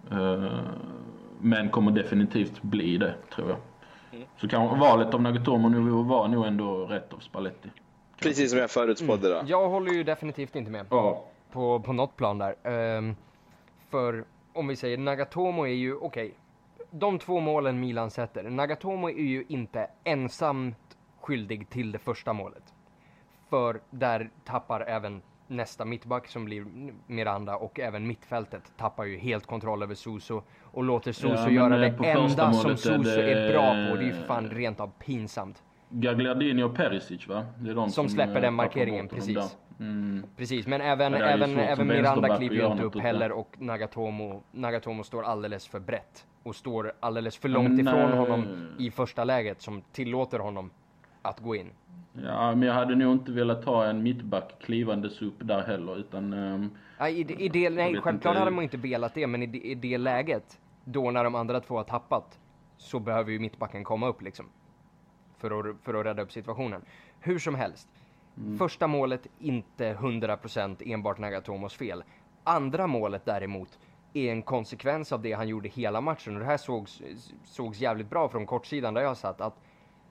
Men kommer definitivt bli det, tror jag. Så kan valet av Nagatomo nu var nog ändå rätt av Spalletti. Precis som jag förutspådde då. Jag håller ju definitivt inte med på något plan där. För om vi säger Nagatomo är ju okej. De 2 målen Milan sätter. Nagatomo är ju inte ensamt skyldig till det första målet. För där tappar även nästa mittback som blir Miranda, och även mittfältet tappar ju helt kontroll över Suso och låter Suso göra det enda som Suso är bra på. Det är ju för fan rent av pinsamt. Gagliardini och Perisic, va? Det är de som släpper den markeringen, precis. Precis, men även Miranda kliver ju inte upp heller, och Nagatomo står alldeles för brett och står alldeles för långt ifrån honom i första läget som tillåter honom att gå in. Ja, men jag hade nog inte velat ta en mittback klivandes upp där heller, utan... nej, självklart hade man inte velat det, men i det läget, då när de andra två har tappat, så behöver ju mittbacken komma upp liksom. För att rädda upp situationen. Hur som helst. Första målet inte 100% enbart Nagatomos fel. Andra målet däremot är en konsekvens av det han gjorde hela matchen. Och det här sågs jävligt bra från kortsidan där jag satt. Att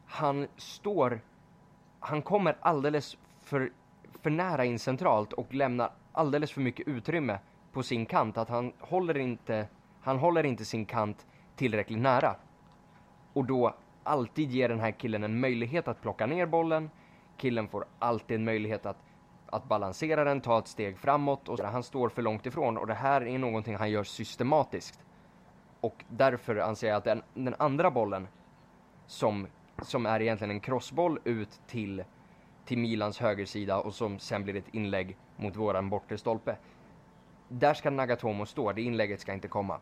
han kommer alldeles för nära in centralt och lämnar alldeles för mycket utrymme på sin kant. Att han håller inte sin kant tillräckligt nära. Och då alltid ger den här killen en möjlighet att plocka ner bollen. Killen får alltid en möjlighet att balansera den, ta ett steg framåt, och han står för långt ifrån, och det här är någonting han gör systematiskt. Och därför anser jag att den andra bollen som är egentligen en crossboll ut till Milans högersida och som sen blir ett inlägg mot våran bortre stolpe. Där ska Nagatomo stå, det inlägget ska inte komma.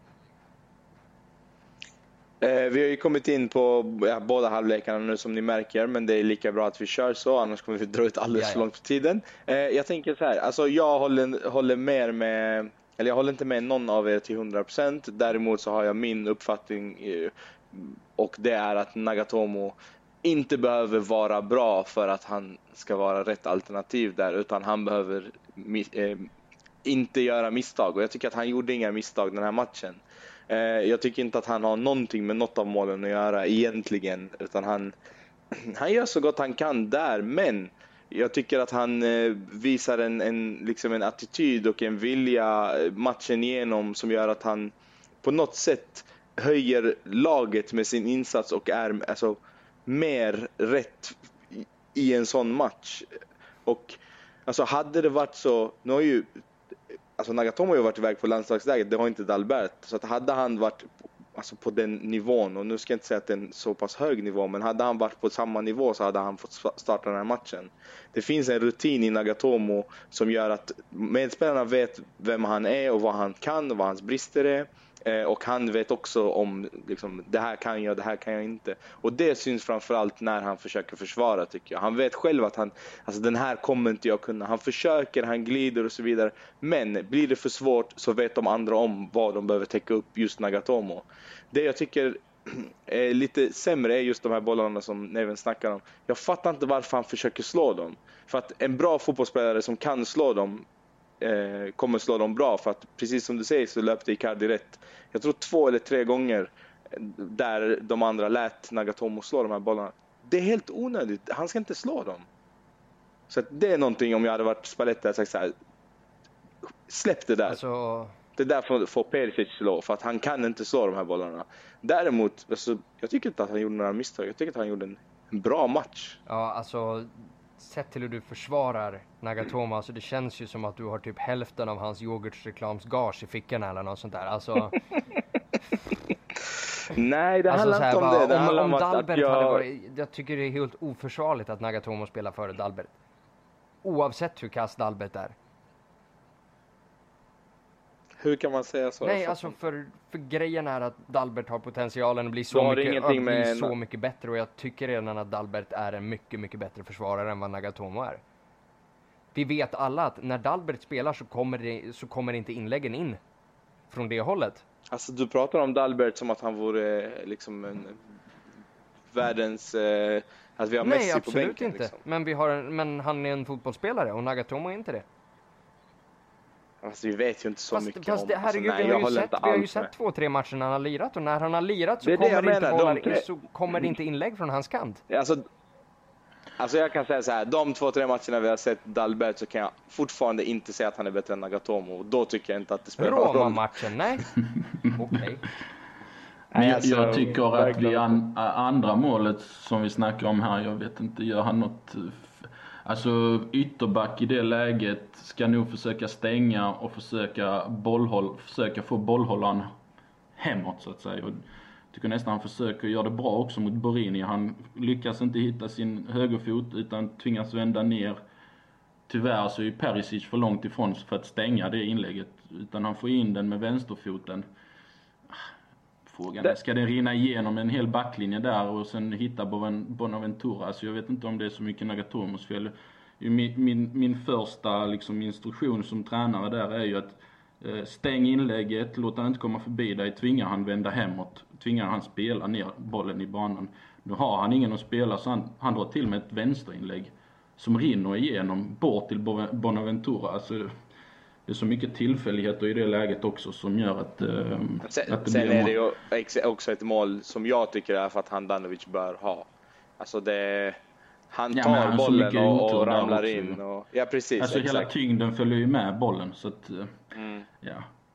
Vi har ju kommit in på båda halvlekarna nu som ni märker, men det är lika bra att vi kör så, annars kommer vi dra ut alldeles för långt på tiden. Jag tänker så här, alltså jag håller mer med, eller jag håller inte med någon av er till 100%. Däremot så har jag min uppfattning, och det är att Nagatomo inte behöver vara bra för att han ska vara rätt alternativ där, utan han behöver inte göra misstag, och jag tycker att han gjorde inga misstag den här matchen. Jag tycker inte att han har någonting med något av målen att göra egentligen, utan han gör så gott han kan där, men jag tycker att han visar en attityd och en vilja matchen igenom som gör att han på något sätt höjer laget med sin insats och är alltså mer rätt i en sån match. Och alltså hade det varit så, nu har ju alltså Nagatomo har ju varit iväg på landslagsläget, det har inte Dalbert. Så att hade han varit alltså på den nivån, och nu ska jag inte säga att det är en så pass hög nivå, men hade han varit på samma nivå så hade han fått starta den här matchen. Det finns en rutin i Nagatomo som gör att medspelarna vet vem han är och vad han kan och vad hans brister är. Och han vet också om liksom, det här kan jag inte. Och det syns framförallt när han försöker försvara, tycker jag. Han vet själv att den här kommer inte jag kunna. Han försöker, han glider och så vidare. Men blir det för svårt så vet de andra om vad de behöver täcka upp just Nagatomo. Det jag tycker är lite sämre är just de här bollarna som Neven snackar om. Jag fattar inte varför han försöker slå dem. För att en bra fotbollsspelare som kan slå dem kommer slå dem bra, för att precis som du säger så löpte Icardi rätt. Jag tror 2 eller 3 gånger där de andra lät Nagatomo slå de här bollarna. Det är helt onödigt, han ska inte slå dem. Så att det är någonting, om jag hade varit Spalletti hade sagt så här: släpp det där. Alltså... Det där får Perisic slå, för att han kan inte slå de här bollarna. Däremot, alltså, jag tycker inte att han gjorde några misstag. Jag tycker att han gjorde en bra match. Ja, alltså sett till hur du försvarar Nagatomo, alltså det känns ju som att du har typ hälften av hans yoghurtreklams-gage i fickorna eller något sånt där. Alltså... Nej, det handlar inte om det. Det handlar om Dalbert hade varit... Jag tycker det är helt oförsvarligt att Nagatomo spelar före Dalbert. Oavsett hur kass Dalbert är. Hur kan man säga så? Nej, alltså för grejen är att Dalbert har potentialen att bli så mycket bättre, och jag tycker redan att Dalbert är en mycket, mycket bättre försvarare än vad Nagatomo är. Vi vet alla att när Dalbert spelar så kommer inte inläggen in från det hållet. Alltså du pratar om Dalbert som att han vore liksom en världens att vi har Messi på bänken. Nej, absolut inte. Liksom. Men han är en fotbollsspelare och Nagatomo är inte det. Alltså vi vet ju inte så mycket om. Herregud, vi har ju sett 2-3 matcher när han har lirat, och när han har lirat så kommer det inte bollar in, så kommer det inte inlägg från hans kant. Alltså jag kan säga så här, de 2-3 matcherna vi har sett Dalbert, så kan jag fortfarande inte säga att han är bättre än Nagatomo. Då tycker jag inte att det spelar någon roll. Roma-matchen, nej. Okej. Men jag tycker att andra målet som vi snackar om här, jag vet inte, gör han något... Alltså ytterback i det läget ska nog försöka stänga och försöka få bollhållaren hemåt så att säga. Och jag tycker nästan han försöker göra det bra också mot Borini. Han lyckas inte hitta sin högerfot utan tvingas vända ner. Tyvärr så är Perisic för långt ifrån för att stänga det inlägget. Utan han får in den med vänsterfoten. Frågan är, ska den rinna igenom en hel backlinje där och sen hitta Bonaventura? Alltså jag vet inte om det är så mycket Nagatomos fel. Min första liksom, instruktion som tränare där är ju att stäng inlägget, låt han inte komma förbi dig, tvingar han vända hemåt, tvingar han spela ner bollen i banan. Nu har han ingen att spela så han drar till med ett vänsterinlägg som rinner igenom bort till Bonaventura. Alltså, det är så mycket tillfälligheter i det läget också som gör att det sen blir är det ju också ett mål som jag tycker är för att Handanovic bör ha. Alltså han tar bollen och ramlar in. Och, ja, precis. Alltså exakt. hela tyngden följer ju med bollen. Så att, ja.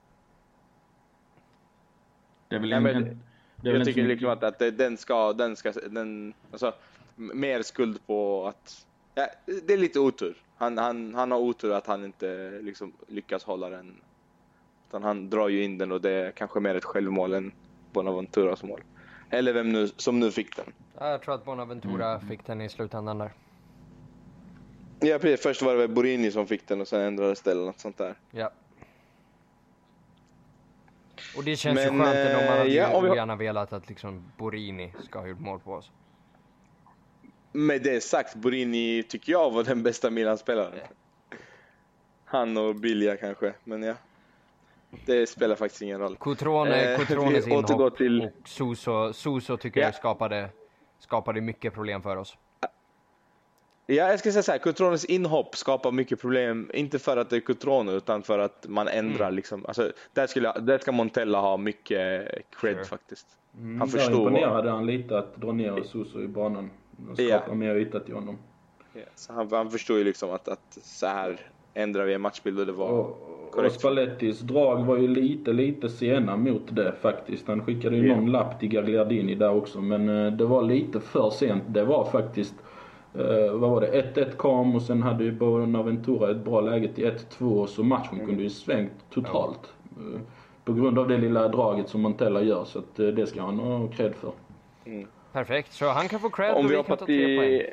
Det är väl jag tycker liksom att den ska alltså, mer skuld på att det är lite otur. Han har otur att han inte liksom lyckas hålla den. Utan han drar ju in den och det är kanske mer ett självmål än Bonaventuras mål. Eller vem nu som nu fick den. Ja, jag tror att Bonaventura fick den i slutändan där. Ja, precis. Först var det väl Borini som fick den och sen ändrades det eller något sånt där. Ja. Och det känns ju skönt att de hade gärna velat att liksom Borini ska ha gjort mål på oss. Med det sagt, Borini tycker jag var den bästa Milan-spelaren. Han och Bilja kanske, men ja. Det spelar faktiskt ingen roll. Cotrones inhopp till... och Suso tycker jag skapade mycket problem för oss. Ja, jag ska säga så här, Cotrones inhopp skapar mycket problem, inte för att det är Cotrone utan för att man ändrar liksom. Alltså, där ska Montella ha mycket cred faktiskt. Han förstår. Imponerade han lite att dra ner Suso i banan och skapa mer yta till honom. Ja, så han förstår ju liksom att så här ändrar vi en matchbild och det var korrekt. Och Spallettis drag var ju lite sena mot det faktiskt. Han skickade ju någon lapp till Gagliardini där också, men det var lite för sent. Det var faktiskt vad var det? 1-1 kom och sen hade ju Bonaventura ett bra läge till 1-2 så matchen kunde ju svängt totalt. På grund av det lilla draget som Montella gör, så att det ska han ha cred för. Perfekt, så han kan få cred och vi kan ta 3 poäng.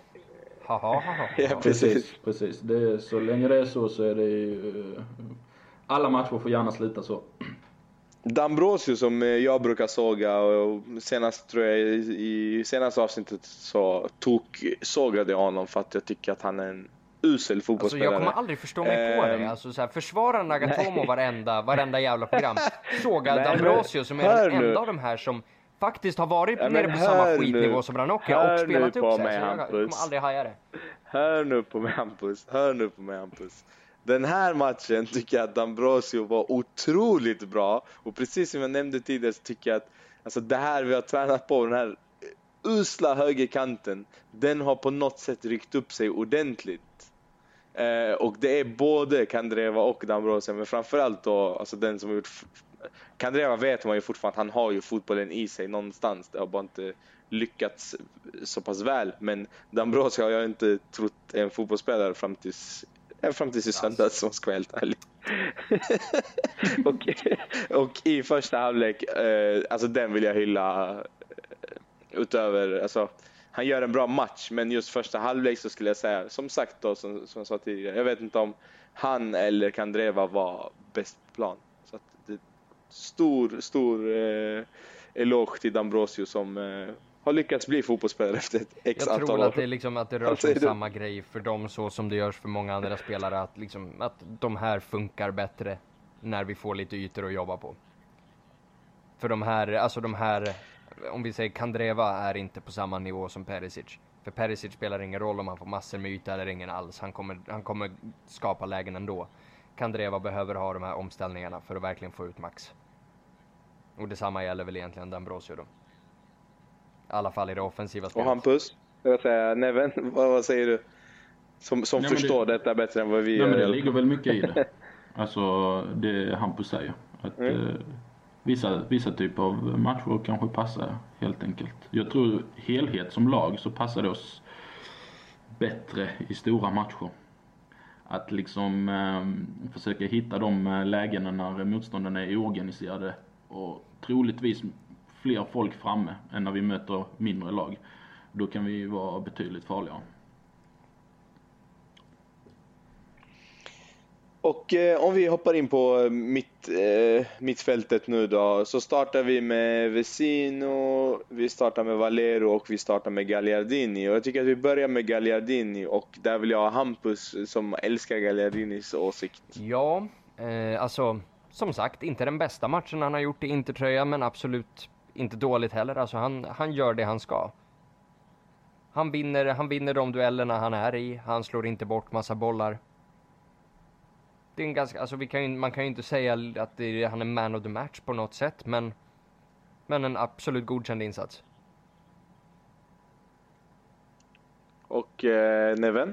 Ja, precis. Så länge det är så är det ju, alla matcher får gärna sluta så. D'Ambrosio som jag brukar såga och senast tror jag i senaste avsnittet så sågade jag honom för att jag tycker att han är en usel fotbollsspelare. Alltså jag kommer aldrig förstå mig på det. Alltså så här, försvara Nagatomo varenda jävla program. Såga D'Ambrosio som är den enda av de här som faktiskt har varit nere på samma skitnivå som Ranocchia och spelat upp sig. Jag kommer aldrig haja det. Hör nu på mig Hampus. Den här matchen tycker jag att D'Ambrosio var otroligt bra. Och precis som jag nämnde tidigare så tycker jag att alltså det här vi har tränat på, den här usla högerkanten, den har på något sätt ryckt upp sig ordentligt. Och det är både Candreva och D'Ambrosio, men framförallt då alltså den som har gjort... Candreva vet man ju fortfarande att han har ju fotbollen i sig någonstans. Det har bara inte lyckats så pass väl. Men D'Ambrosio har jag inte trott är en fotbollsspelare fram tills i söndags, som ska vara helt ärlig. och i första halvlek, alltså den vill jag hylla utöver, alltså han gör en bra match, men just första halvlek så skulle jag säga, som sagt då, som jag sa tidigare, jag vet inte om han eller Candreva var bäst på plan. Så att det stor eloge till D'Ambrosio som har lyckats bli fotbollsspelare efter ett x antal år. Jag tror att det är liksom att det rör sig om samma grej för dem så som det görs för många andra spelare, att liksom att de här funkar bättre när vi får lite ytor att jobba på. För de här, om vi säger Candreva är inte på samma nivå som Perisic. För Perisic spelar ingen roll om han får massor med yta eller ingen alls. Han kommer skapa lägen ändå. Candreva behöver ha de här omställningarna för att verkligen få ut max. Och detsamma gäller väl egentligen D'Ambrosio då. I alla fall i det offensiva spelet. Och Hampus, jag säger Neven, vad säger du? Som förstår detta bättre än vad vi gör. Men det ligger väl mycket i det. Alltså det Hampus säger. Att vissa typer av matcher kanske passar helt enkelt. Jag tror helhet som lag så passar det oss bättre i stora matcher. Att liksom försöka hitta de lägena när motståndarna är oorganiserade och troligtvis fler folk framme än när vi möter mindre lag. Då kan vi vara betydligt farligare. Och om vi hoppar in på mittfältet nu då, så startar vi med Vecino, vi startar med Valero och vi startar med Gagliardini. Och jag tycker att vi börjar med Gagliardini, och där vill jag ha Hampus som älskar Gagliardinis åsikt. Ja, alltså som sagt, inte den bästa matchen han har gjort i Intertröja, men absolut inte dåligt heller. Alltså han gör det han ska. Han vinner de duellerna han är i, han slår inte bort massa bollar. Det är en ganska, alltså man kan ju inte säga att han är man of the match på något sätt, men en absolut godkänd insats. Och Neven?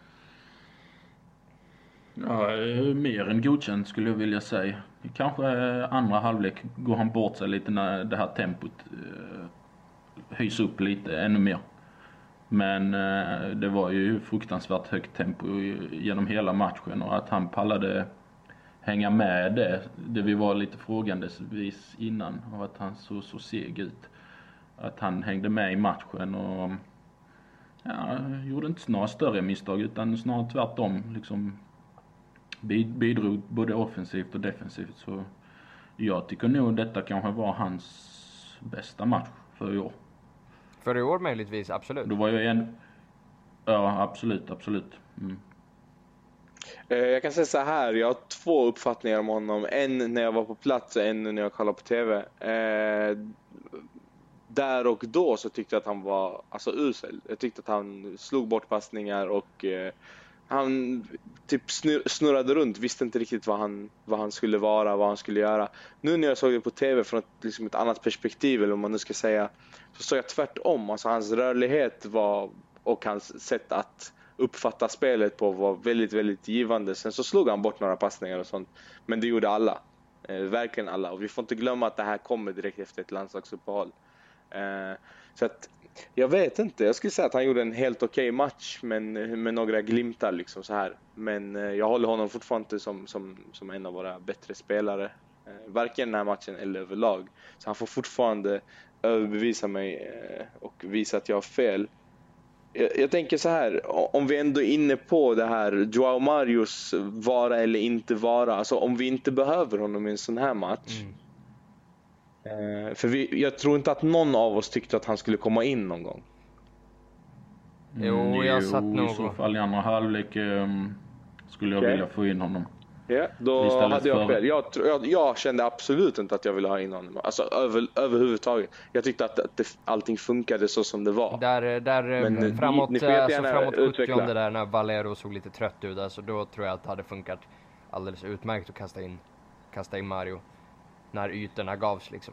Ja, mer än godkänd skulle jag vilja säga. Kanske andra halvlek går han bort sig lite när det här tempot höjs upp lite ännu mer. Men det var ju fruktansvärt högt tempo genom hela matchen, och att han pallade hänga med det vi var lite frågandesvis innan, och att han såg så seg ut. Att han hängde med i matchen och gjorde inte några större misstag, utan snarare tvärtom liksom bidrog både offensivt och defensivt. Så jag tycker nog detta kanske var hans bästa match för i år. För i år möjligtvis, absolut. Då var jag ja, absolut. Jag kan säga så här, jag har två uppfattningar om honom. En när jag var på plats och en när jag kollade på TV. Där och då så tyckte jag att han var usel. Jag tyckte att han slog bort passningar och han typ snurrade runt, visste inte riktigt vad han skulle vara, vad han skulle göra. Nu när jag såg det på TV från ett annat perspektiv, eller om man nu ska säga, så såg jag tvärtom. Alltså hans rörlighet och hans sätt att uppfatta spelet på var väldigt, väldigt givande. Sen så slog han bort några passningar och sånt, men det gjorde alla. Verkligen alla. Och vi får inte glömma att det här kommer direkt efter ett landslagsuppehåll. Så att jag vet inte, jag skulle säga att han gjorde en helt okej match, men med några glimtar liksom så här. Men jag håller honom fortfarande som en av våra bättre spelare, varken den här matchen eller överlag. Så han får fortfarande överbevisa mig och visa att jag har fel. Jag tänker så här, om vi ändå är inne på det här Joao Marios vara eller inte vara, alltså om vi inte behöver honom i en sån här match. För jag tror inte att någon av oss tyckte att han skulle komma in någon gång. Jo, jag satt nog. I så fall i andra halvlek skulle jag vilja få in honom. Ja, då hade jag fel. Jag kände absolut inte att jag ville ha in honom. Alltså överhuvudtaget. Jag tyckte att allting funkade så som det var. Men framåt 70 där när Valero såg lite trött ut, alltså, då tror jag att det hade funkat alldeles utmärkt att kasta in Mario när ytorna gavs liksom.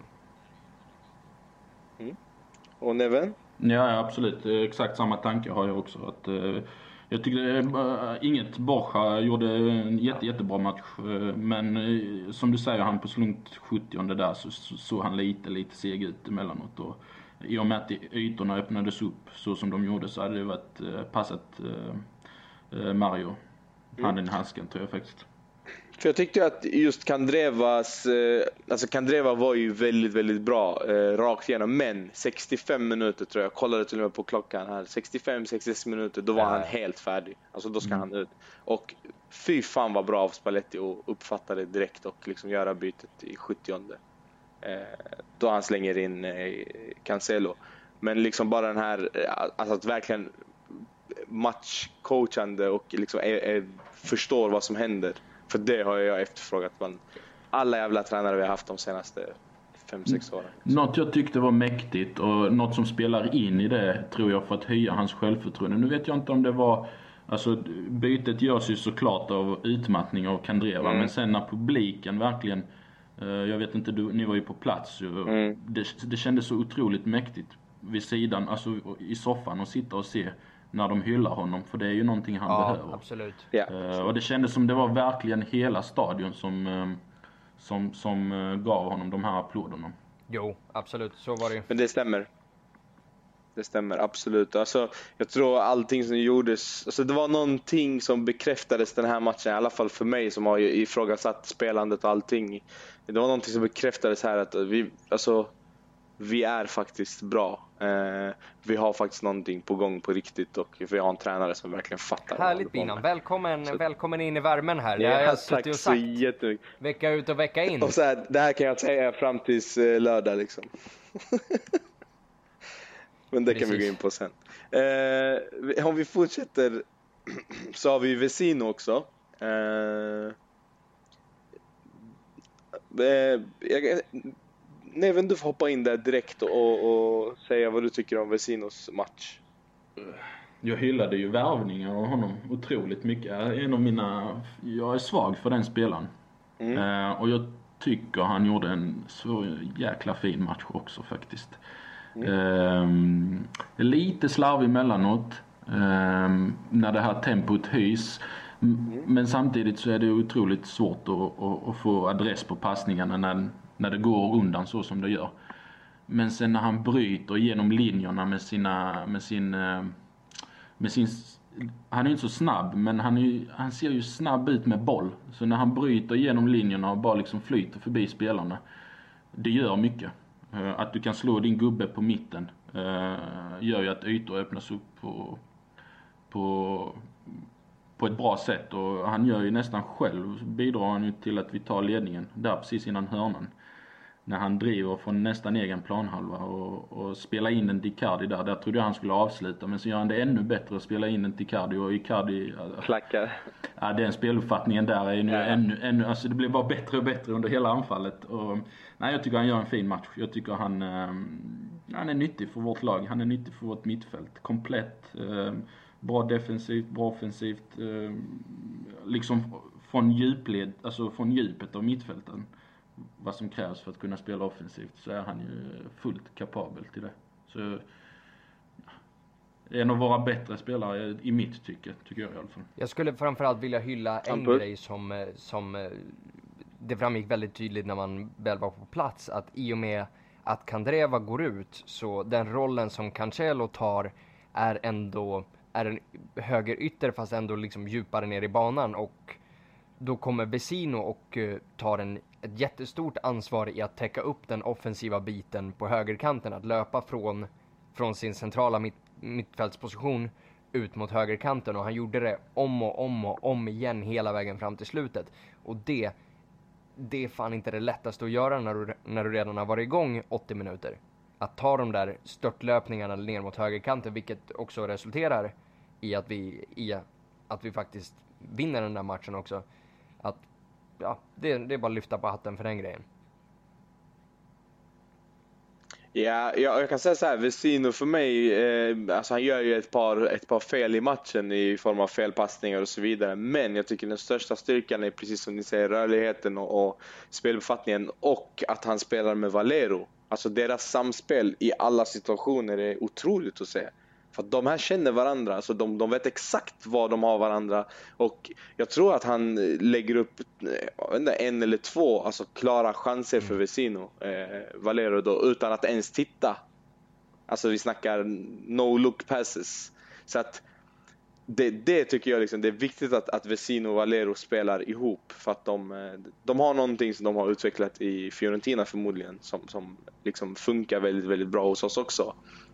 Och Neven? Ja, absolut. Exakt samma tanke har jag också. Att, jag tyckte inget Borja gjorde en jättebra match. Men som du säger, han på slunt 70 där så han lite seg ut emellanåt. Och i och med att ytorna öppnades upp så som de gjorde, så hade det varit passat Mario. Handen i handsken tror jag faktiskt. För jag tyckte att just Candreva var ju väldigt, väldigt bra rakt igenom, men 65 minuter tror jag kollade till och med på klockan här, 65-66 minuter, då var han helt färdig. Alltså då ska han ut. Och fy fan vad bra av Spalletti att uppfatta det direkt och liksom göra bytet i 70:e. Då han slänger in Cancelo. Men liksom bara den här, alltså att verkligen matchcoachande och liksom förstår vad som händer. För det har jag efterfrågat bland alla jävla tränare vi har haft de senaste 5-6 åren. Något jag tyckte var mäktigt och något som spelar in i det, tror jag, för att höja hans självförtroende. Nu vet jag inte om det var, alltså bytet görs ju såklart av utmattning av Candreva, men sen när publiken verkligen, jag vet inte, ni var ju på plats, det kändes så otroligt mäktigt vid sidan, alltså i soffan, och sitta och se när de hyllar honom, för det är ju någonting han behöver. Absolut. Och det kändes som det var verkligen hela stadion som gav honom de här applåderna. Jo, absolut, så var det ju. Men det stämmer. Det stämmer, absolut. Alltså, jag tror allting som gjordes, alltså det var någonting som bekräftades den här matchen, i alla fall för mig som har ifrågasatt spelandet och allting. Det var någonting som bekräftades här att vi är faktiskt bra. Vi har faktiskt någonting på gång på riktigt och vi har en tränare som verkligen fattar. Härligt Binan, välkommen in i värmen här. Ja, Det har jag tack så jättemycket. Vecka ut och vecka in. Och så här, det här kan jag säga fram tills lördag liksom. Men det kan vi gå in på sen. Om vi fortsätter så har vi Vecino också. Neven, du får hoppa in där direkt och säga vad du tycker om Vecinos match. Jag hyllade ju värvningar av honom otroligt mycket. Jag är svag för den spelaren. Och jag tycker han gjorde en så jäkla fin match också faktiskt. Lite slarvig emellanåt när det här tempot höjs. Men samtidigt så är det otroligt svårt att få adress på passningarna när det går undan så som det gör. Men sen när han bryter genom linjerna han är inte så snabb, men han ser ju snabb ut med boll. Så när han bryter genom linjerna och bara liksom flyter förbi spelarna, det gör mycket. Att du kan slå din gubbe på mitten gör ju att ytor öppnas upp på ett bra sätt. Och han gör ju nästan själv, bidrar han ju till att vi tar ledningen där precis innan hörnan. När han driver från nästan egen planhalva och spelar in en Icardi där. Där trodde jag han skulle avsluta, men så gör han det ännu bättre att spela in en Icardi. Och Icardi klackar. Ja, den speluppfattningen där är ju nu ännu, alltså det blir bara bättre och bättre under hela anfallet. Och, nej, jag tycker han gör en fin match. Jag tycker han är nyttig för vårt lag. Han är nyttig för vårt mittfält. Komplett, bra defensivt, bra offensivt. Liksom från djupled, alltså från djupet av mittfälten. Vad som krävs för att kunna spela offensivt, så är han ju fullt kapabel till det. Så en av våra bättre spelare i mitt tycker jag i alla fall. Jag skulle framförallt vilja hylla en grej som det framgick väldigt tydligt när man väl var på plats, att i och med att Candreva går ut, så den rollen som Cancelo tar är en högerytter fast ändå liksom djupare ner i banan, och då kommer Vecino och tar ett jättestort ansvar i att täcka upp den offensiva biten på högerkanten, att löpa från sin centrala mittfältsposition ut mot högerkanten, och han gjorde det om igen hela vägen fram till slutet. Och det är fan inte det lättaste att göra när du redan har varit igång 80 minuter. Att ta de där störtlöpningarna ner mot högerkanten, vilket också resulterar i att vi faktiskt vinner den där matchen också. Att det är bara att lyfta på hatten för den grejen. Ja, jag kan säga så här, Vecino för mig, alltså han gör ju ett par fel i matchen i form av felpassningar och så vidare. Men jag tycker den största styrkan är, precis som ni säger, rörligheten och spelbefattningen, och att han spelar med Valero. Alltså deras samspel i alla situationer är otroligt att se. För att de här känner varandra, alltså de vet exakt vad de har varandra. Och jag tror att han lägger upp en eller två alltså klara chanser för Vecino, Valero då, utan att ens titta. Alltså vi snackar no look passes. Så att det tycker jag liksom, det är viktigt att Vecino och Valero spelar ihop, för att de har någonting som de har utvecklat i Fiorentina förmodligen som liksom funkar väldigt, väldigt bra hos oss också.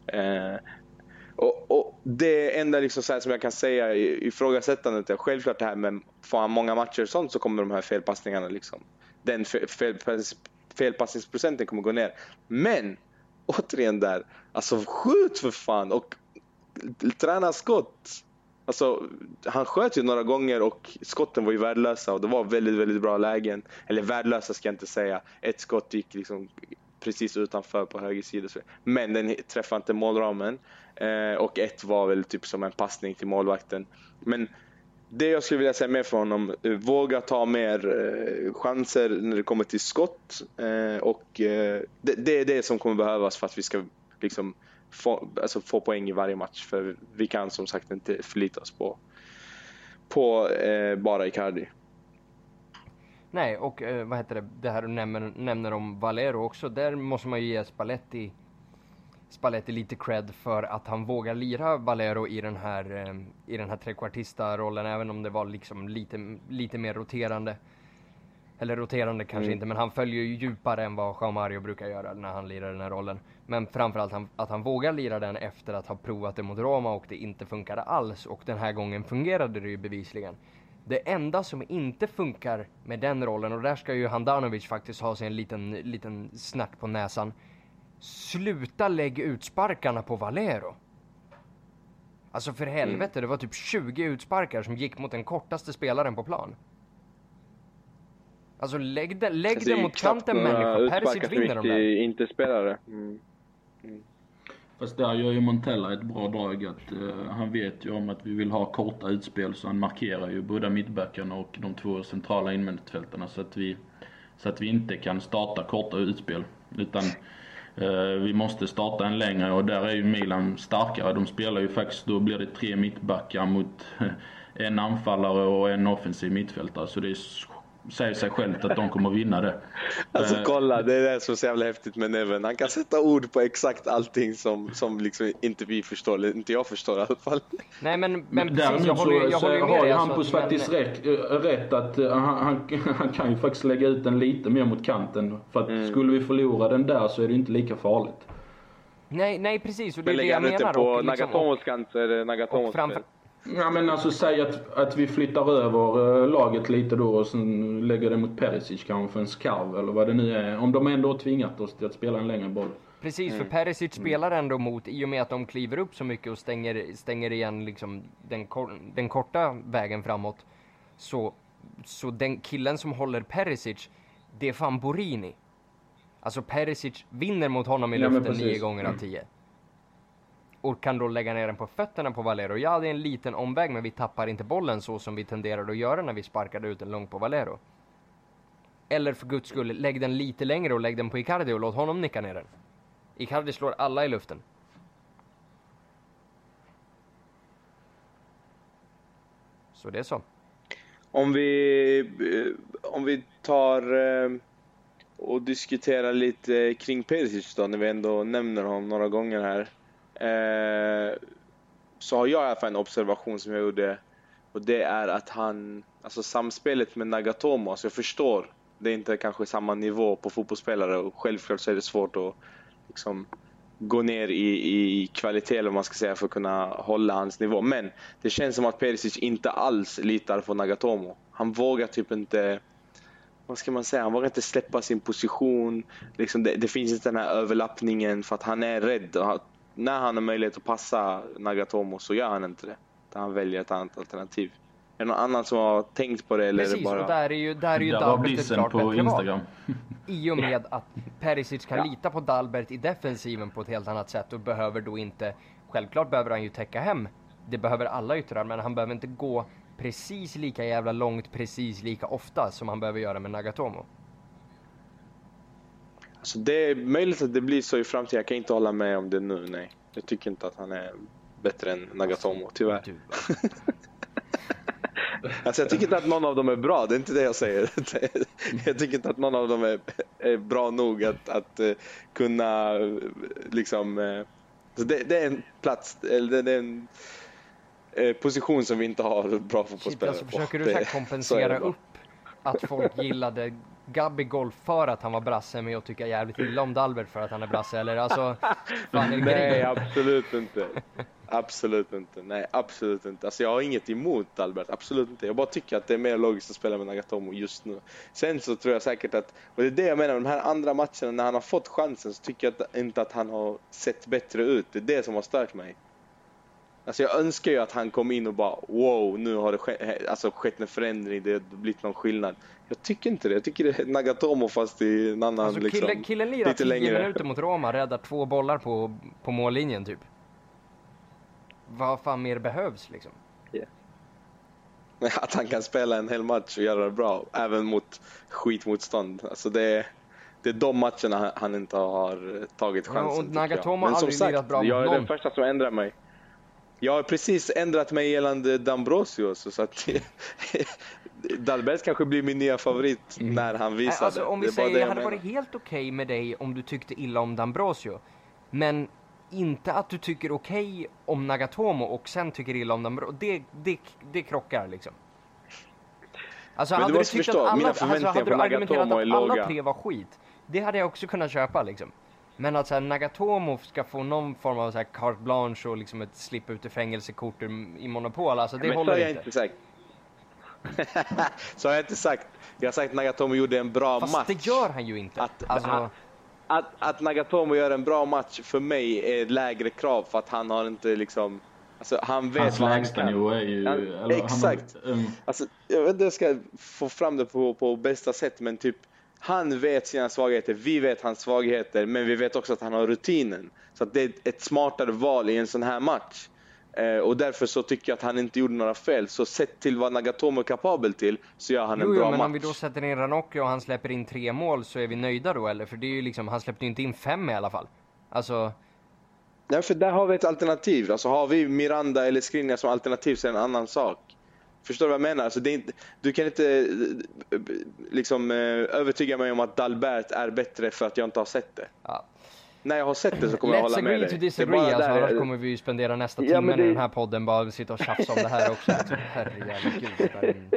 Och det enda liksom så här som jag kan säga ifrågasättandet är självklart det här med, får han många matcher sånt så kommer de här felpassningarna liksom, den felpassningsprocenten kommer gå ner. Men återigen där, alltså skjut för fan och träna skott. Alltså han sköt ju några gånger och skotten var ju värdelösa, och det var väldigt, väldigt bra lägen. Eller värdelösa ska jag inte säga. Ett skott gick liksom precis utanför på höger sida, men den träffade inte målramen. Och ett var väl typ som en passning till målvakten. Men det jag skulle vilja säga mer från honom, våga ta mer chanser när det kommer till skott. Och det är det som kommer behövas för att vi ska liksom få poäng i varje match. För vi kan som sagt inte förlita oss på bara Icardi. Nej, och det här du nämner om Valero också, där måste man ju ge Spalletti lite cred för att han vågar lira Valero i den här trekvartista-rollen, även om det var liksom lite mer roterande. Eller roterande kanske inte, men han följer ju djupare än vad João Mario brukar göra när han lirar den här rollen. Men framförallt att han vågar lira den efter att ha provat det mot Roma och det inte funkade alls. Och den här gången fungerade det ju bevisligen. Det enda som inte funkar med den rollen, och där ska ju Handanovic faktiskt ha sig en liten snack på näsan. Sluta lägg utsparkarna på Valero. Alltså för helvete, det var typ 20 utsparkar som gick mot den kortaste spelaren på plan. Alltså lägg det mot kanten, människa. Perisic vinner de där. Inte spelare. Fast där gör ju Montella ett bra drag att han vet ju om att vi vill ha korta utspel, så han markerar ju både mittbackarna och de två centrala innermittfältarna så att vi inte kan starta korta utspel, utan vi måste starta en längre, och där är ju Milan starkare. De spelar ju faktiskt, då blir det 3 mittbackar mot en anfallare och en offensiv mittfältare, så det säger sig självt att de kommer att vinna det. Alltså kolla, det är det som är så jävla häftigt med Neven. Han kan sätta ord på exakt allting som liksom inte vi förstår, eller inte jag förstår i alla fall. Nej, men precis, jag håller ju med dig. Hampus faktiskt rätt att han kan ju faktiskt lägga ut den lite mer mot kanten. För att skulle vi förlora den där så är det inte lika farligt. Nej precis. Och det men är det jag menar. Men lägger han inte på Nagatomos kant så är det Nagatomos fel. Ja, men alltså säg att vi flyttar över laget lite då och sen lägger det mot Perisic kanske för en skarv eller vad det nu är. Om de ändå har tvingat oss till att spela en längre boll. Precis, för Perisic spelar ändå mot, i och med att de kliver upp så mycket och stänger igen liksom den korta vägen framåt. Så den killen som håller Perisic, det är fan Borini. Alltså Perisic vinner mot honom i luften 9 gånger av 10. Och kan då lägga ner den på fötterna på Valero. Ja, det är en liten omväg, men vi tappar inte bollen så som vi tenderade att göra när vi sparkade ut den långt på Valero. Eller för guds skull, lägg den lite längre och lägg den på Icardi och låt honom nicka ner den. Icardi slår alla i luften. Så det är så. Om vi tar och diskuterar lite kring Perisic då, när vi ändå nämner honom några gånger här. Så har jag i alla fall en observation som jag gjorde, och det är att han, alltså samspelet med Nagatomo, alltså jag förstår, det är inte kanske samma nivå på fotbollsspelare och självklart så är det svårt att liksom gå ner i kvalitet eller vad man ska säga för att kunna hålla hans nivå, men det känns som att Perisic inte alls litar på Nagatomo. Han vågar typ inte, vad ska man säga, han vågar inte släppa sin position liksom, det finns inte den här överlappningen för att han är rädd, och när han har möjlighet att passa Nagatomo så gör han inte det. Han väljer ett annat alternativ. Är det någon annan som har tänkt på det? Eller precis, är det bara... och där är ju Dalbert ett klart på Instagram. I och med att Perisic kan lita på Dalbert i defensiven på ett helt annat sätt och behöver då inte, självklart behöver han ju täcka hem. Det behöver alla yttrar, men han behöver inte gå precis lika jävla långt, precis lika ofta som han behöver göra med Nagatomo. Alltså det är möjligt att det blir så i framtiden. Jag kan inte hålla med om det nu, nej. Jag tycker inte att han är bättre än Nagatomo, tyvärr. Alltså jag tycker inte att någon av dem är bra, det är inte det jag säger. Jag tycker inte att någon av dem är bra nog att kunna liksom... Det är en plats, eller det är en position som vi inte har bra fotbollsspelare alltså, försöker du så kompensera upp att folk gillade Gabigol för att han var brasse, men jag tycker jävligt illa om Dalbert för att han är brasse, eller alltså fan, nej, absolut inte. Absolut inte. Nej, absolut inte. Alltså jag har inget emot Dalbert, absolut inte. Jag bara tycker att det är mer logiskt att spela med Nagatomo just nu. Sen så tror jag säkert att, och det är det jag menar, de här andra matcherna när han har fått chansen så tycker jag inte att han har sett bättre ut. Det är det som har stört mig. Alltså jag önskar ju att han kom in och bara wow, nu har det skett en förändring, det har blivit någon skillnad. Jag tycker inte det. Jag tycker det är Nagatomo fast i en annan alltså, killen lirar 10 minuter mot Roma, räddar 2 bollar på mållinjen typ. Vad fan mer behövs liksom? Yeah. Att han kan spela en hel match och göra det bra även mot skitmotstånd. Alltså det är de matcherna han inte har tagit chansen. Och Nagatomo har aldrig lirat bra mot någon. Jag är den första som ändrar mig. Jag har precis ändrat mig gällande D'Ambrosio, så att Dalbert kanske blir min nya favorit när han visar alltså, det. Om vi säger, jag hade varit helt okej med dig om du tyckte illa om D'Ambrosio. Men inte att du tycker okej om Nagatomo och sen tycker illa om Dambrosio. Det krockar liksom. Alltså Men hade du du måste tyckt förstå, att mina alla, förväntningar hade på du argumenterat Nagatomo är att alla låga. 3 var skit, det hade jag också kunnat köpa liksom. Men att så här, Nagatomo ska få någon form av så här carte blanche och liksom ett slipp ut i fängelsekort i Monopol, alltså det Men håller så har jag inte. inte sagt. Så har jag inte sagt. Jag har sagt att Nagatomo gjorde en bra Fast match. det gör han ju inte. Att Nagatomo gör en bra match för mig är lägre krav för att han har inte liksom... Alltså han vet Hans vad han lägsta kan. nivå är ju... Exakt. Alltså, jag vet inte, jag ska få fram det på bästa sätt, men typ han vet sina svagheter, vi vet hans svagheter, men vi vet också att han har rutinen. Så att det är ett smartare val i en sån här match. Och därför så tycker jag att han inte gjorde några fel. Så sett till vad Nagatomo är kapabel till, så gör han en bra match. Men om vi då sätter in Ranocchio och han släpper in 3 mål, så är vi nöjda då, eller? För det är ju liksom, han släppte ju inte in 5 i alla fall. Alltså... Ja, för där har vi ett alternativ. Alltså har vi Miranda eller Skriniar som alternativ, så är det en annan sak. Förstår du vad jag menar? Alltså, det är inte, du kan inte liksom övertyga mig om att Dalbert är bättre för att jag inte har sett det. Ja. När jag har sett det så kommer jag hålla med dig. Let's agree to disagree, alltså, annars kommer vi ju spendera nästa timme i den här podden bara sitta och tjafsa om det här också. Herregud.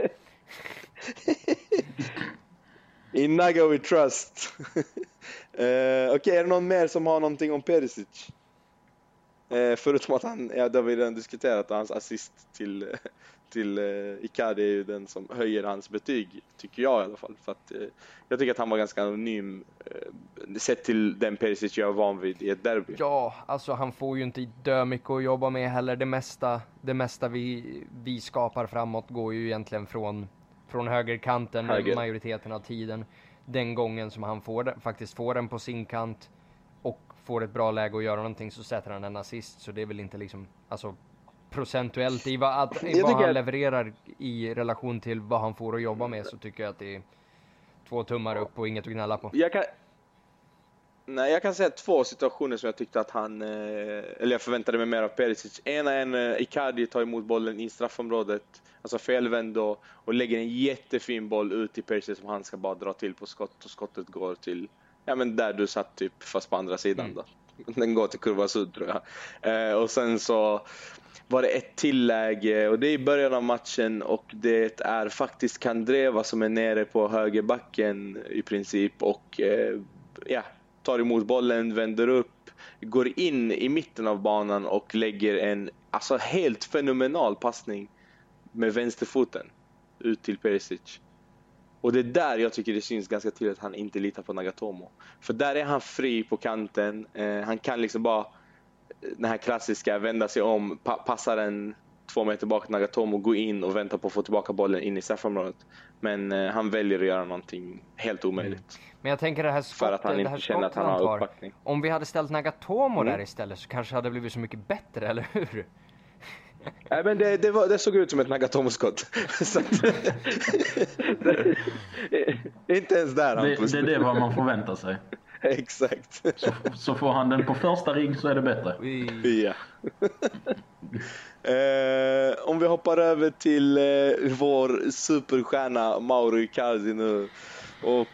In Naga we trust. Okej, är det någon mer som har någonting om Perisic? Förutom att han, det har vi redan diskuterat, hans assist till Icardi är ju den som höjer hans betyg, tycker jag i alla fall. För att jag tycker att han var ganska anonym sett till den Perisic jag är van vid i ett derby. Ja, alltså han får ju inte dö mycket att jobba med heller. Det mesta vi skapar framåt går ju egentligen från högerkanten majoriteten av tiden. Den gången som han faktiskt får den på sin kant och får ett bra läge att göra någonting, så sätter han en assist. Så det är väl inte liksom, alltså procentuellt i vad han levererar i relation till vad han får att jobba med, så tycker jag att det är 2 tummar upp och inget att gnälla på. Jag kan säga 2 situationer som jag tyckte att han, eller jag förväntade mig mer av Perisic. Ena är en Icardi tar emot bollen i straffområdet, alltså felvänd och lägger en jättefin boll ut till Perisic som han ska bara dra till på skott, och skottet går till, ja men där du satt typ, fast på andra sidan då. Den går till kurva sud, tror jag. Och sen så var det ett tilläge, och det är i början av matchen, och det är faktiskt Kandreva som är nere på högerbacken i princip, och tar emot bollen, vänder upp, går in i mitten av banan och lägger en alltså helt fenomenal passning med vänsterfoten ut till Perisic. Och det är där jag tycker det syns ganska tydligt att han inte litar på Nagatomo. För där är han fri på kanten. Han kan liksom bara den här klassiska vända sig om, passa den 2 meter bak till Nagatomo, gå in och vänta på att få tillbaka bollen in i straffområdet. Men han väljer att göra någonting helt omöjligt. Men jag tänker det här skottet, för att han inte känner att han har uppbackning. Om vi hade ställt Nagatomo där istället, så kanske det hade blivit så mycket bättre, eller hur? Nej, men det såg ut som ett Nagatomo-skott. Inte ens där. Det är det vad man förväntar sig. Exakt. Så får han den på första ring, så är det bättre. Ja. Om vi hoppar över till vår superstjärna Mauro Icardi nu. Och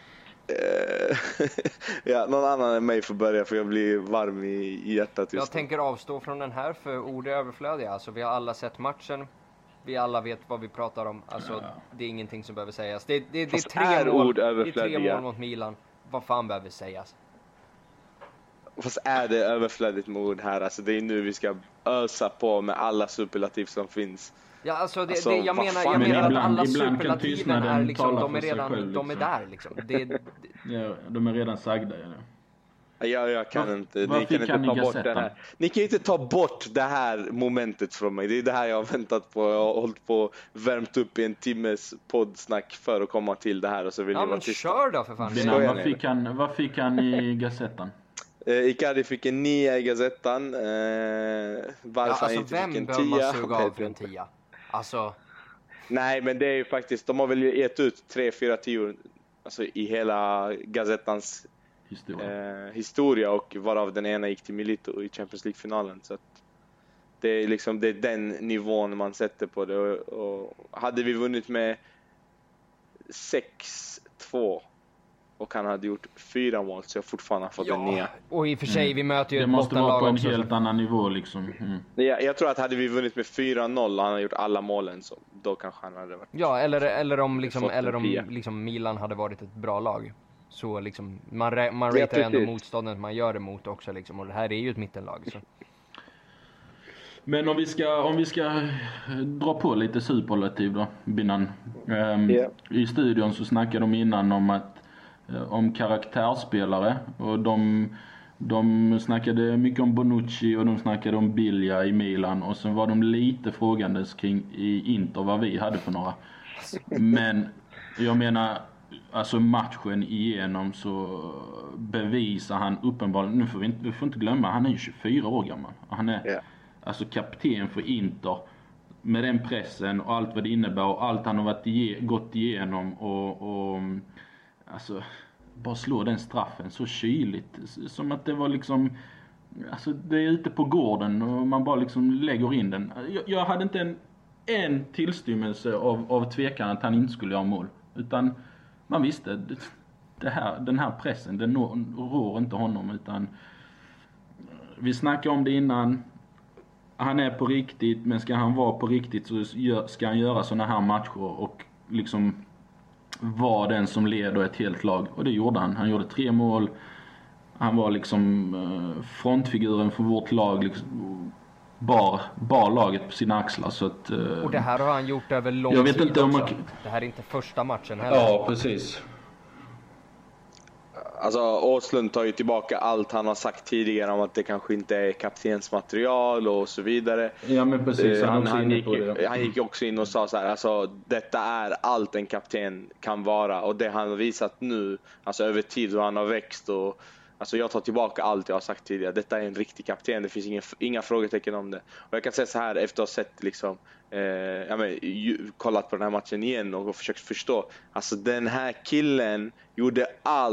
någon annan än mig får börja, för jag blir varm i hjärtat just. Jag tänker avstå från den här, för ord är överflödiga. Alltså, vi har alla sett matchen. Vi alla vet vad vi pratar om. Alltså, det är ingenting som behöver sägas. Det är 3 mål mot Milan. Vad fan behöver sägas? Fast är det överflödigt med ord här? Alltså, det är nu vi ska ösa på med alla superlativ som finns. Ja, alltså, jag menar att alla superlativen är liksom, de är där liksom. Ja, de är redan sagda. Jag kan inte. Ni kan inte ta bort den här. Ni kan inte ta bort det här momentet från mig. Det är det här jag har väntat på. Jag har hållit på värmt upp i en timmes poddsnack för att komma till det här, och så vill ni vara tysta. Kör då för fan. Vad fick han i Gazettan? Icardi fick en 9 i Gazettan. Varför han inte fick en 10? Vem bör man suga av för en 10? Alltså... Nej, men det är ju faktiskt, de har väl gett ut 3-4 10 alltså i hela Gazettans historia, och varav den ena gick till Milito i Champions League-finalen. Så att det är liksom, det är den nivån man sätter på det, och hade vi vunnit med 6-2 och han hade gjort 4 mål, så jag fortfarande har fått en 9. Och i och för sig, vi möter ju det ett måste vara på en också, helt annan nivå liksom. Jag tror att hade vi vunnit med 4-0 och han hade gjort alla målen, så då kanske han hade varit... Ja, eller om liksom Milan hade varit ett bra lag. Så liksom, man ratear ändå motståndet man gör det mot också liksom, och det här är ju ett mittenlag så. Men om vi ska dra på lite superlativ då, Binnan. I studion så snackade de innan om karaktärsspelare, och de snackade mycket om Bonucci och de snackade om Biglia i Milan, och sen var de lite frågandes kring i Inter vad vi hade för några. Men jag menar, alltså matchen igenom så bevisar han uppenbarligen, nu vi får inte glömma, han är ju 24 år gammal. Han är alltså kapten för Inter, med den pressen och allt vad det innebär och allt han har gått igenom, och alltså bara slå den straffen så kyligt, som att det var liksom, alltså det är ute på gården och man bara liksom lägger in den. Jag hade inte en tillstymmelse av tvekan att han inte skulle göra mål, utan man visste den här pressen, den rår inte honom, utan vi snackade om det innan. Han är på riktigt, men ska han vara på riktigt så ska han göra såna här matcher och liksom vara den som leder ett helt lag. Och det gjorde han. Han gjorde 3 mål. Han var liksom frontfiguren för vårt lag. Liksom, bar laget på sina axlar. Så att, och det här har han gjort över lång jag vet tid inte också. Det här är inte första matchen heller. Ja, precis. Alltså Åslund tar ju tillbaka allt han har sagt tidigare om att det kanske inte är kaptensmaterial och så vidare. Ja, men precis. Han gick också in och sa så här, alltså detta är allt en kapten kan vara, och det han har visat nu, alltså över tid hur han har växt, och alltså jag tar tillbaka allt jag har sagt tidigare. Detta är en riktig kapten, det finns inga frågetecken om det. Och jag kan säga så här efter att ha sett liksom kollat på den här matchen igen och försökt förstå, alltså den här killen gjorde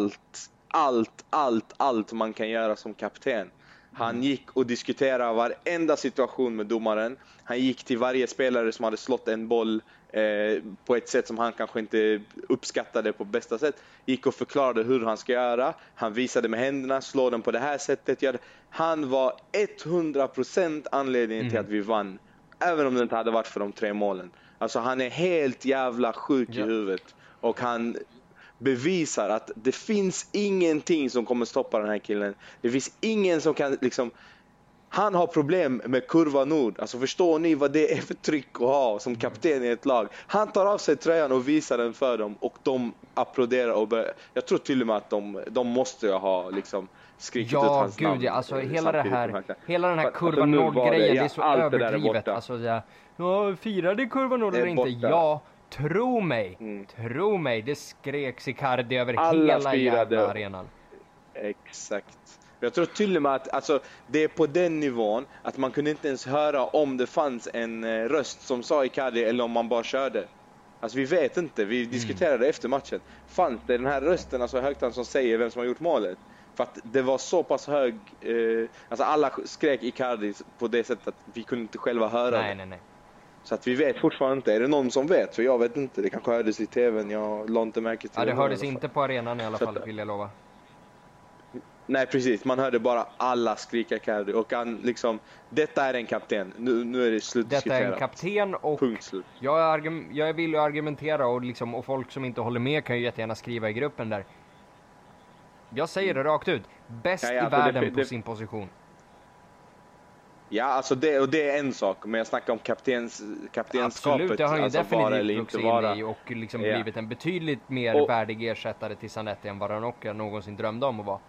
allt man kan göra som kapten. Han gick och diskuterade varenda situation med domaren. Han gick till varje spelare som hade slått en boll på ett sätt som han kanske inte uppskattade på bästa sätt. Gick och förklarade hur han ska göra. Han visade med händerna, slå den på det här sättet. Han var 100% anledningen till att vi vann. Även om det inte hade varit för de 3 målen. Alltså han är helt jävla sjuk i huvudet. Och han bevisar att det finns ingenting som kommer stoppa den här killen. Det finns ingen som kan liksom... Han har problem med kurva nord. Alltså förstår ni vad det är för tryck att ha som kapten i ett lag? Han tar av sig tröjan och visar den för dem, och de applåderar och jag tror till och med att de måste ha liksom skrikit ut hans namn. Ja, alltså hela den här kurva nord-grejen, det är så överdrivet. Alltså firade kurva nord eller inte? Ja. Tro mig, det skreks Icardi över hela jävla arenan. Exakt. Jag tror till och med att alltså, det är på den nivån att man kunde inte ens höra om det fanns en röst som sa Icardi eller om man bara körde. Alltså vi vet inte, vi diskuterade efter matchen. Fanns det den här rösten, alltså högtalaren som säger vem som har gjort målet? För att det var så pass hög, alltså alla skrek Icardi på det sättet att vi kunde inte själva höra det. Nej. Så att vi vet fortfarande inte. Är det någon som vet? För jag vet inte. Det kanske hördes i tvn. Jag la inte märke till det. Ja, det hördes inte på arenan i alla fall, vill jag lova. Nej, precis. Man hörde bara alla skrika Icardi. Och han liksom, detta är en kapten. Nu är det slutdiskuterat. Detta är en kapten och punkt slut. Jag vill ju argumentera och folk som inte håller med kan ju jättegärna skriva i gruppen där. Jag säger det rakt ut. Bäst i världen på sin position. Ja, alltså det är en sak, men jag snackar om kaptenskapet. Absolut, det har han ju alltså definitivt vuxit in i och liksom blivit en betydligt mer värdig ersättare till Zanetti än vad Ranocchia någonsin drömde om att vara.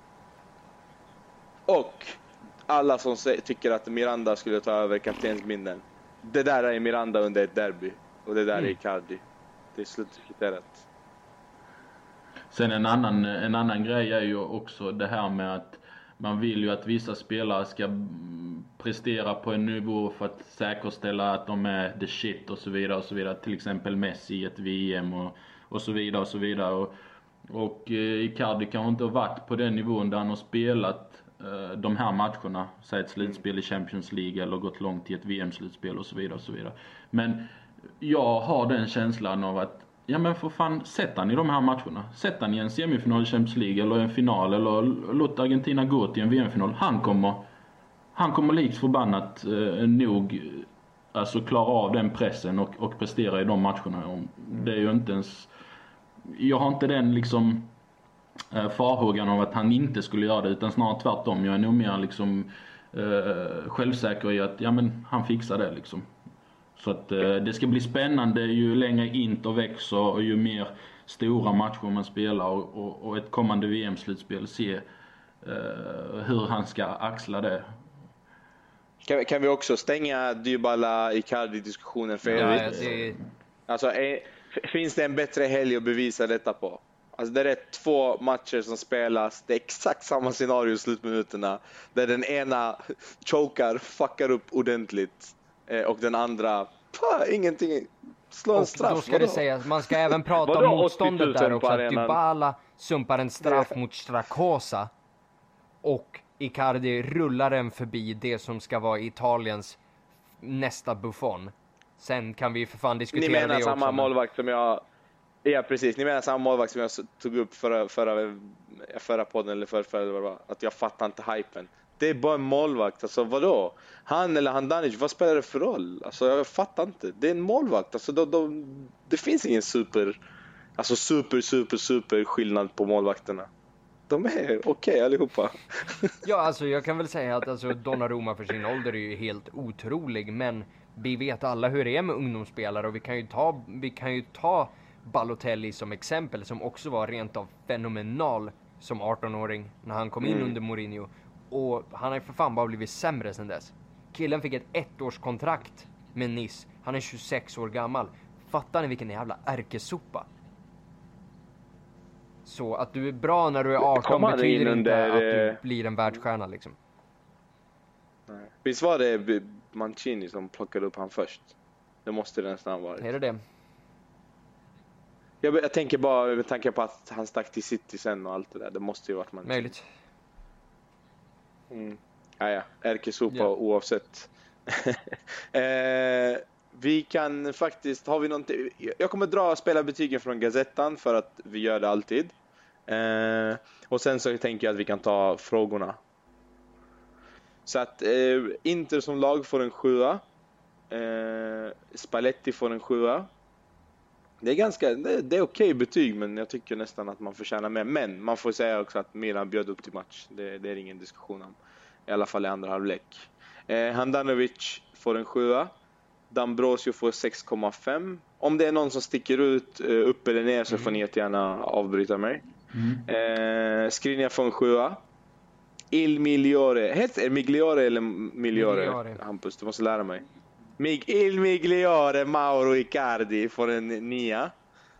Och alla som tycker att Miranda skulle ta över kaptensbinden. Det där är Miranda under ett derby. Och det där är Icardi. Det är slutdiskuterat. Sen en annan grej är ju också det här med att man vill ju att vissa spelare ska prestera på en nivå för att säkerställa att de är the shit och så vidare och så vidare. Till exempel Messi i ett VM och så vidare och så vidare. Och Icardi kanske inte har varit på den nivån där han har spelat de här matcherna. Säg ett slutspel i Champions League eller gått långt i ett VM-slutspel och så vidare och så vidare. Men jag har den känslan av att ja men för fan, sätt han i de här matcherna. Sätt han i en semifinal i Champions League eller en final, eller låt Argentina gå till en VM-final. Han kommer likt förbannat nog alltså klara av den pressen och prestera i de matcherna. Det är ju inte ens... Jag har inte den liksom farhågan av att han inte skulle göra det, utan snarare tvärtom. Jag är nog mer liksom självsäker i att ja men han fixar det liksom. Så att det ska bli spännande ju längre Inter växer och ju mer stora matcher man spelar och ett kommande VM-slutspel, se hur han ska axla det. Kan vi också stänga Dybala Icardi-diskussionen för evigt? Alltså, finns det en bättre helg att bevisa detta på? Alltså det är 2 matcher som spelas, det är exakt samma scenario i slutminuterna, där den ena chokar, fuckar upp ordentligt och den andra, ingenting, slår en straff. Då ska det sägas, man ska även prata om motståndet där också, att Dybala sumpar en straff mot Strakhosa och Icardi rullar den förbi det som ska vara Italiens nästa Buffon. Sen kan vi för fan diskutera det också. Ni menar samma målvakt som jag... Ja, precis. Ni menar samma målvakt som jag tog upp förra podden eller förra, att jag fattar inte hypen. Det är bara en målvakt. Alltså vadå? Han eller Handanovic, vad spelar det för roll? Alltså jag fattar inte. Det är en målvakt. Alltså det finns ingen super skillnad på målvakterna. De är okej allihopa. Ja, alltså jag kan väl säga att alltså, Donnarumma för sin ålder är ju helt otrolig, men vi vet alla hur det är med ungdomsspelare, och vi kan ju ta Balotelli som exempel, som också var rent av fenomenal som 18-åring när han kom in under Mourinho, och han har ju för fan bara blivit sämre sedan dess. Killen fick ett 1-årskontrakt med Nice. Han är 26 år gammal. Fattar ni vilken jävla ärkesopa? Så att du är bra när du är 18 betyder inte att du blir en världsstjärna liksom. Nej. Visst var det Mancini som plockade upp han först? Det måste det nästan ha varit. Är det? Jag tänker bara med tanke på att han stack till City sen och allt det där. Det måste ju varit Mancini. Möjligt. Ja. Ärkesopa oavsett. Vi kan faktiskt, har vi någonting, jag kommer dra spelarbetygen från Gazettan för att vi gör det alltid. Och sen så tänker jag att vi kan ta frågorna. Så att Inter som lag får en 7. Spalletti får en 7. Det är okej betyg, men jag tycker nästan att man förtjänar mer. Men man får säga också att Milan bjöd upp till match. Det är ingen diskussion om. I alla fall i andra halvlek. Handanovic får en 7. D'Ambrosio får 6,5. Om det är någon som sticker ut upp eller ner så får ni gärna avbryta mig. Skriniar får en 7. Il Migliore. Heter Migliore eller Migliore? Hampus, du måste lära mig. Il Migliore Mauro Icardi får en 9.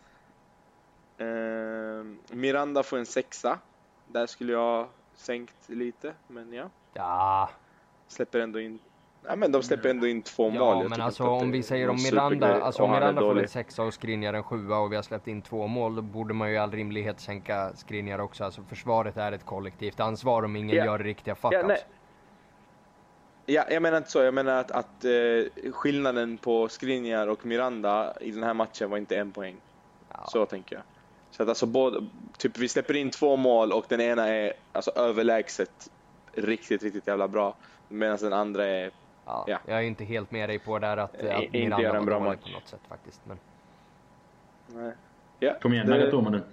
Miranda får en 6. Där skulle jag sänkt lite, men ja. Släpper ändå in. Ja, men de släpper ändå in 2 mål. Ja, men alltså om vi säger om Miranda, alltså om Miranda får en 6 och Skriniar en 7 och vi har släppt in 2 mål, då borde man ju i all rimlighet sänka Skriniar också. Alltså försvaret är ett kollektivt ansvar om ingen gör riktiga fuck-ups. Ja, jag menar inte så. Jag menar att skillnaden på Skriniar och Miranda i den här matchen var inte 1 poäng. Ja. Så tänker jag. Så att alltså typ vi släpper in 2 mål och den ena är alltså överlägset riktigt jävla bra, medan den andra är jag är inte helt med dig på där att inte gör en bra match på något sätt faktiskt, men nej. Ja. Kom igen, Nagatomo nu.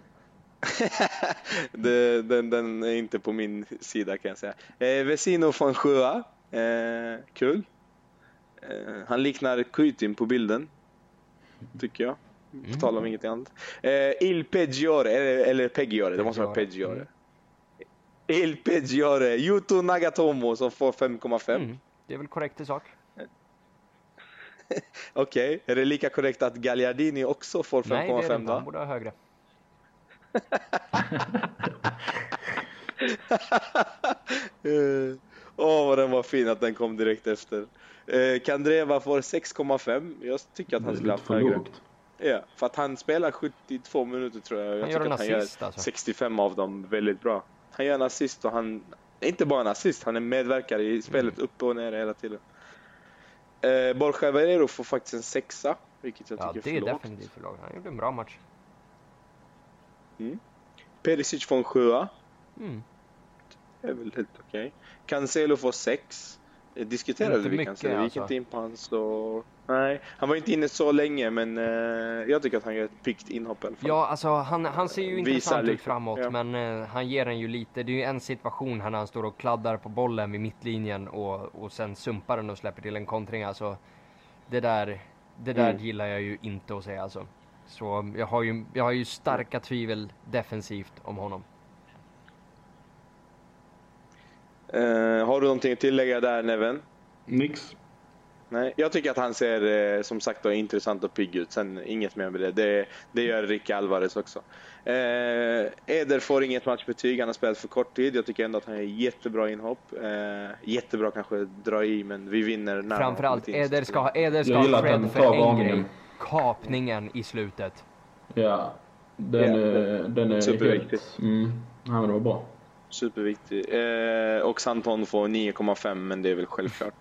Den är inte på min sida, kan jag säga. Vecino från 7. Kul. Han liknar Kuitin på bilden, tycker jag. På tal om inget annat. Il Peggiore eller Peggiore, det måste vara Peggiore. Il Peggiore, Yuto Nagatomo som får 5,5. Det är väl korrekt i sak. Okej, är det lika korrekt att Gagliardini också får 5,5 då? Nej, det är det inte. Han borde ha högre. Vad den var fin att den kom direkt efter. Kandreva får 6,5. Jag tycker att han skulle ha högre. Ja, för att han spelar 72 minuter tror jag. Jag tycker att han gör 65 av dem väldigt bra. Han gör en assist och han är inte bara en assist, han är medverkare i spelet upp och ner hela tiden. Borja Valero får faktiskt en 6, vilket jag tycker är för lågt. Ja, det är definitivt för lågt. Han gjorde en bra match. Perisic får en 7. Det är väl helt okej. Cancelo får 6. Diskuterade Inte vi mycket, Cancelo. Vi gick alltså. inte in på hans så... Nej, han var inte inne så länge, men jag tycker att han gör ett piggt inhopp i alla fall. Ja, alltså han ser ju intressant ut liksom. framåt, Ja. men han ger den ju lite. Det är ju en situation här när han står och kladdar på bollen vid mittlinjen och sen sumpar den och släpper till en kontring. Alltså, det där gillar jag ju inte att säga, alltså. Så jag har ju starka tvivel defensivt om honom. Har du någonting att tillägga där, Neven? Nix. Nej, jag tycker att han ser som sagt då intressant och pigg ut. Sen inget mer med det. Det gör Ricky Alvarez också. Eder får inget matchbetyg. Han har spelat för kort tid. Jag tycker ändå att han är jättebra inhopp. Jättebra kanske dra i, men vi vinner när Framförallt Eder ska ha Jag cred gillar att han för tar en varningen. grej. Kapningen i slutet. Ja, den är superviktig. helt... Ja, men det var bra. Superviktig. Och Santon får 9,5, men det är väl självklart.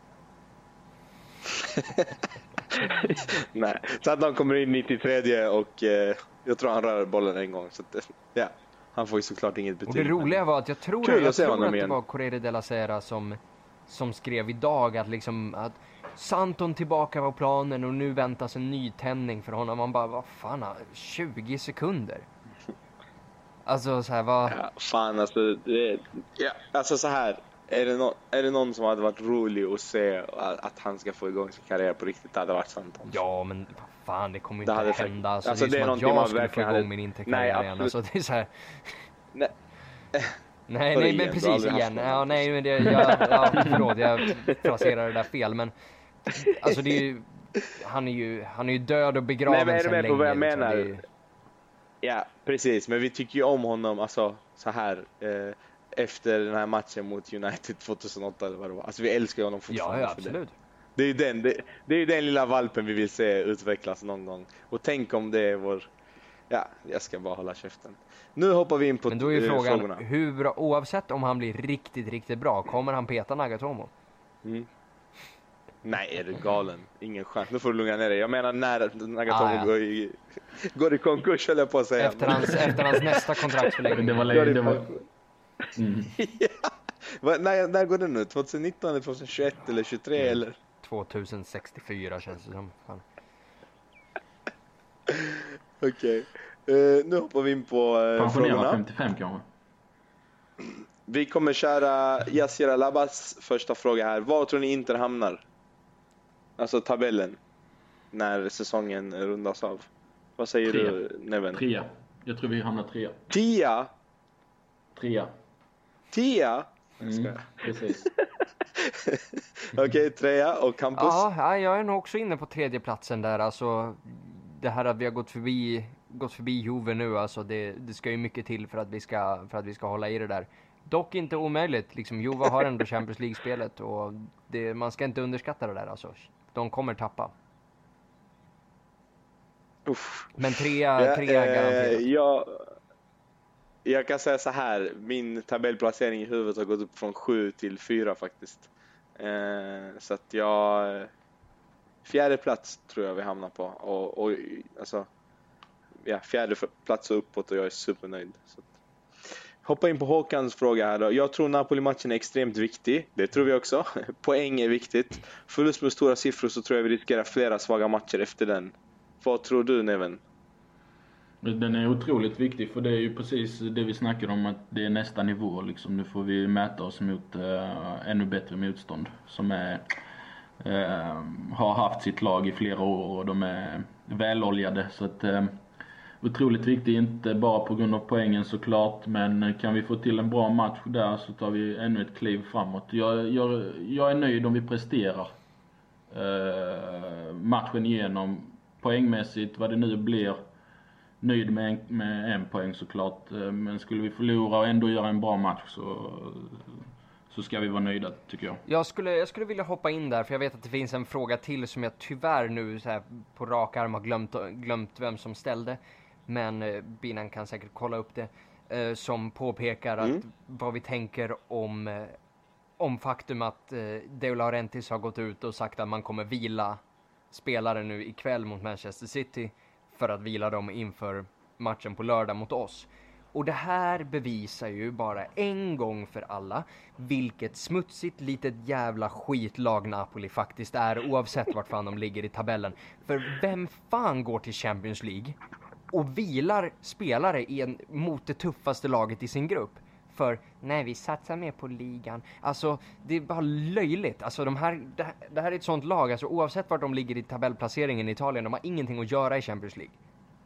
Nej, Santon kommer in 93 och jag tror han rör bollen en gång. Så att, ja, han får ju såklart inget betyg. Och det roliga var att jag tror att det var Corriere della Sera som skrev idag att liksom att Santon tillbaka på planen och nu väntas en nytändning för honom. Man bara, vad fan, 20 sekunder. Alltså så här, vad... Ja, fan alltså, alltså så här. Är det någon som hade varit rolig att se att han ska få igång sin karriär på riktigt, det hade varit Santon. Ja, men fan, det kommer ju inte Det hända. Alltså, alltså, det är som att jag skulle få igång min interkarriär igen. Alltså, det är så här... Nej. Nej, men precis igen. Ja, nej, men det, förlåt, jag placerar det där fel, men alltså det är ju, han är ju död och begraven. Nej, men är du med länge, på vad jag liksom. menar? Ja, precis, men vi tycker ju om honom, alltså så här efter den här matchen mot United 2008 eller vad det var. Alltså vi älskar honom fortfarande. Ja, absolut. Det är ju den lilla valpen vi vill se utvecklas någon gång. Och tänk om det är vår... Ja, jag ska bara hålla käften. Nu hoppar vi in på men då är ju frågan, frågorna. hur bra, oavsett om han blir riktigt, riktigt bra, kommer han peta Nagatomo? Nej, är du galen? Ingen chans. Nu får du lugna ner dig. Jag menar när Nagatomo går i konkurs, eller på att säga. Efter hans nästa kontraktsförlängning. Det var... Ja. När går det nu? 2019 eller 2021 eller 2023 eller? 2064 känns det som. Fan. Okej. Nu hoppar vi in på Pensionera frågorna. 55 kanske. Vi kommer köra Yassir Alabas första fråga här. Var tror ni Inter hamnar? Alltså tabellen. När säsongen rundas av. Vad säger du, Neven? 3. Jag tror vi hamnar 3. 10? 3. 10? Precis. Okej, 3 och Campus? Ja, jag är nog också inne på tredje platsen där. Alltså, det här att vi har gått förbi Juve nu, alltså det ska ju mycket till för att vi ska hålla i det där. Dock inte omöjligt, liksom Juve har ändå Champions League-spelet och man ska inte underskatta det där, alltså. De kommer tappa. Uff. Men trea garanterat. Jag kan säga så här, min tabellplacering i huvudet har gått upp från 7 till 4 faktiskt. Så att fjärde plats tror jag vi hamnar på. Och alltså, ja, fjärde plats och uppåt, och jag är supernöjd. Så att, hoppa in på Håkans fråga här då. Jag tror Napoli-matchen är extremt viktig. Det tror vi också. Poäng är viktigt. Förlust med stora siffror så tror jag vi riskerar flera svaga matcher efter den. Vad tror du, Neven? Den är otroligt viktig, för det är ju precis det vi snackar om, att det är nästa nivå liksom. Nu får vi mäta oss mot ännu bättre motstånd som har haft sitt lag i flera år och de är väloljade, så att otroligt viktigt, inte bara på grund av poängen såklart, men kan vi få till en bra match där så tar vi ännu ett kliv framåt. Jag är nöjd om vi presterar matchen igenom poängmässigt, vad det nu blir. Nöjd med en poäng såklart, men skulle vi förlora och ändå göra en bra match så ska vi vara nöjda, tycker jag. Jag skulle vilja hoppa in där, för jag vet att det finns en fråga till som jag tyvärr nu så här på rak arm har glömt vem som ställde, men Binan kan säkert kolla upp det, som påpekar att vad vi tänker om faktum att De Laurentiis har gått ut och sagt att man kommer vila spelare nu ikväll mot Manchester City för att vila dem inför matchen på lördag mot oss. Och det här bevisar ju bara en gång för alla vilket smutsigt litet jävla skitlag Napoli faktiskt är, oavsett vart fan de ligger i tabellen. För vem fan går till Champions League och vilar spelare mot det tuffaste laget i sin grupp? För nej, vi satsar mer på ligan. Alltså, det är bara löjligt. Alltså, det här är ett sånt lag. Alltså, oavsett vart de ligger i tabellplaceringen i Italien, de har ingenting att göra i Champions League.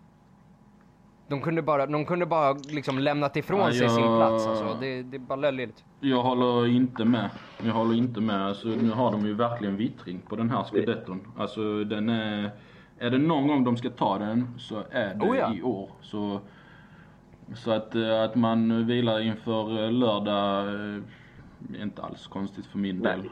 De kunde bara liksom lämnat ifrån sig sin plats. Alltså, det är bara löjligt. Jag håller inte med. Alltså, nu har de ju verkligen vittring på den här skudetton. Alltså, den är det någon gång de ska ta den, så är det i år. Så att man vilar inför lördag är inte alls konstigt för min del.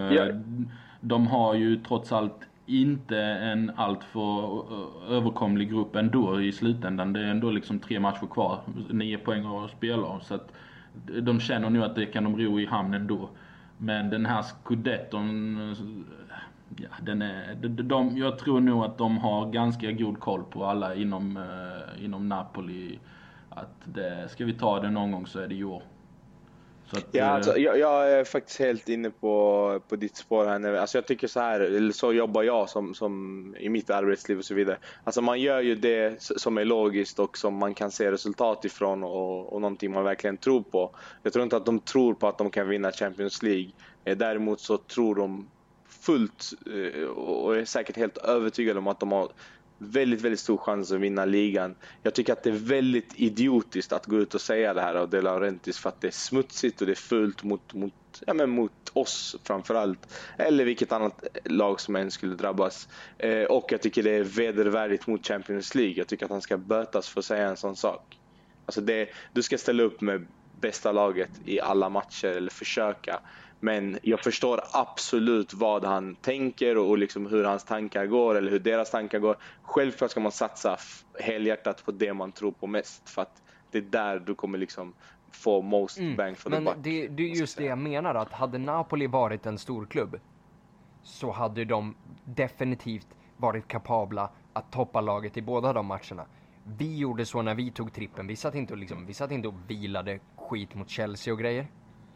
De har ju trots allt inte en alltför överkomlig grupp ändå i slutändan. Det är ändå liksom 3 matcher kvar, 9 poäng att spela. Så att de känner nu att det kan de ro i hamn ändå. Men den här skudetton, ja, jag tror nog att de har ganska god koll på alla inom Napoli. Att ska vi ta det någon gång så är det i år. Så att, alltså, jag är faktiskt helt inne på ditt spår här. Alltså jag tycker så här, eller så jobbar jag som i mitt arbetsliv och så vidare. Alltså man gör ju det som är logiskt och som man kan se resultat ifrån och någonting man verkligen tror på. Jag tror inte att de tror på att de kan vinna Champions League. Däremot så tror de fullt och är säkert helt övertygade om att de har väldigt, väldigt stor chans att vinna ligan. Jag tycker att det är väldigt idiotiskt att gå ut och säga det här av De Laurentiis, för att det är smutsigt och det är fult mot oss framförallt, eller vilket annat lag som än skulle drabbas. Och jag tycker det är vedervärdigt mot Champions League. Jag tycker att han ska bötas för att säga en sån sak. Alltså du ska ställa upp med bästa laget i alla matcher, eller försöka. Men jag förstår absolut vad han tänker och liksom hur hans tankar går, eller hur deras tankar går. Självklart ska man satsa helhjärtat på det man tror på mest, för att det är där du kommer liksom få most bang for the buck. Men det är just det jag menar, att hade Napoli varit en stor klubb så hade de definitivt varit kapabla att toppa laget i båda de matcherna. Vi gjorde så när vi tog trippen. Vi satt inte och vilade skit mot Chelsea och grejer.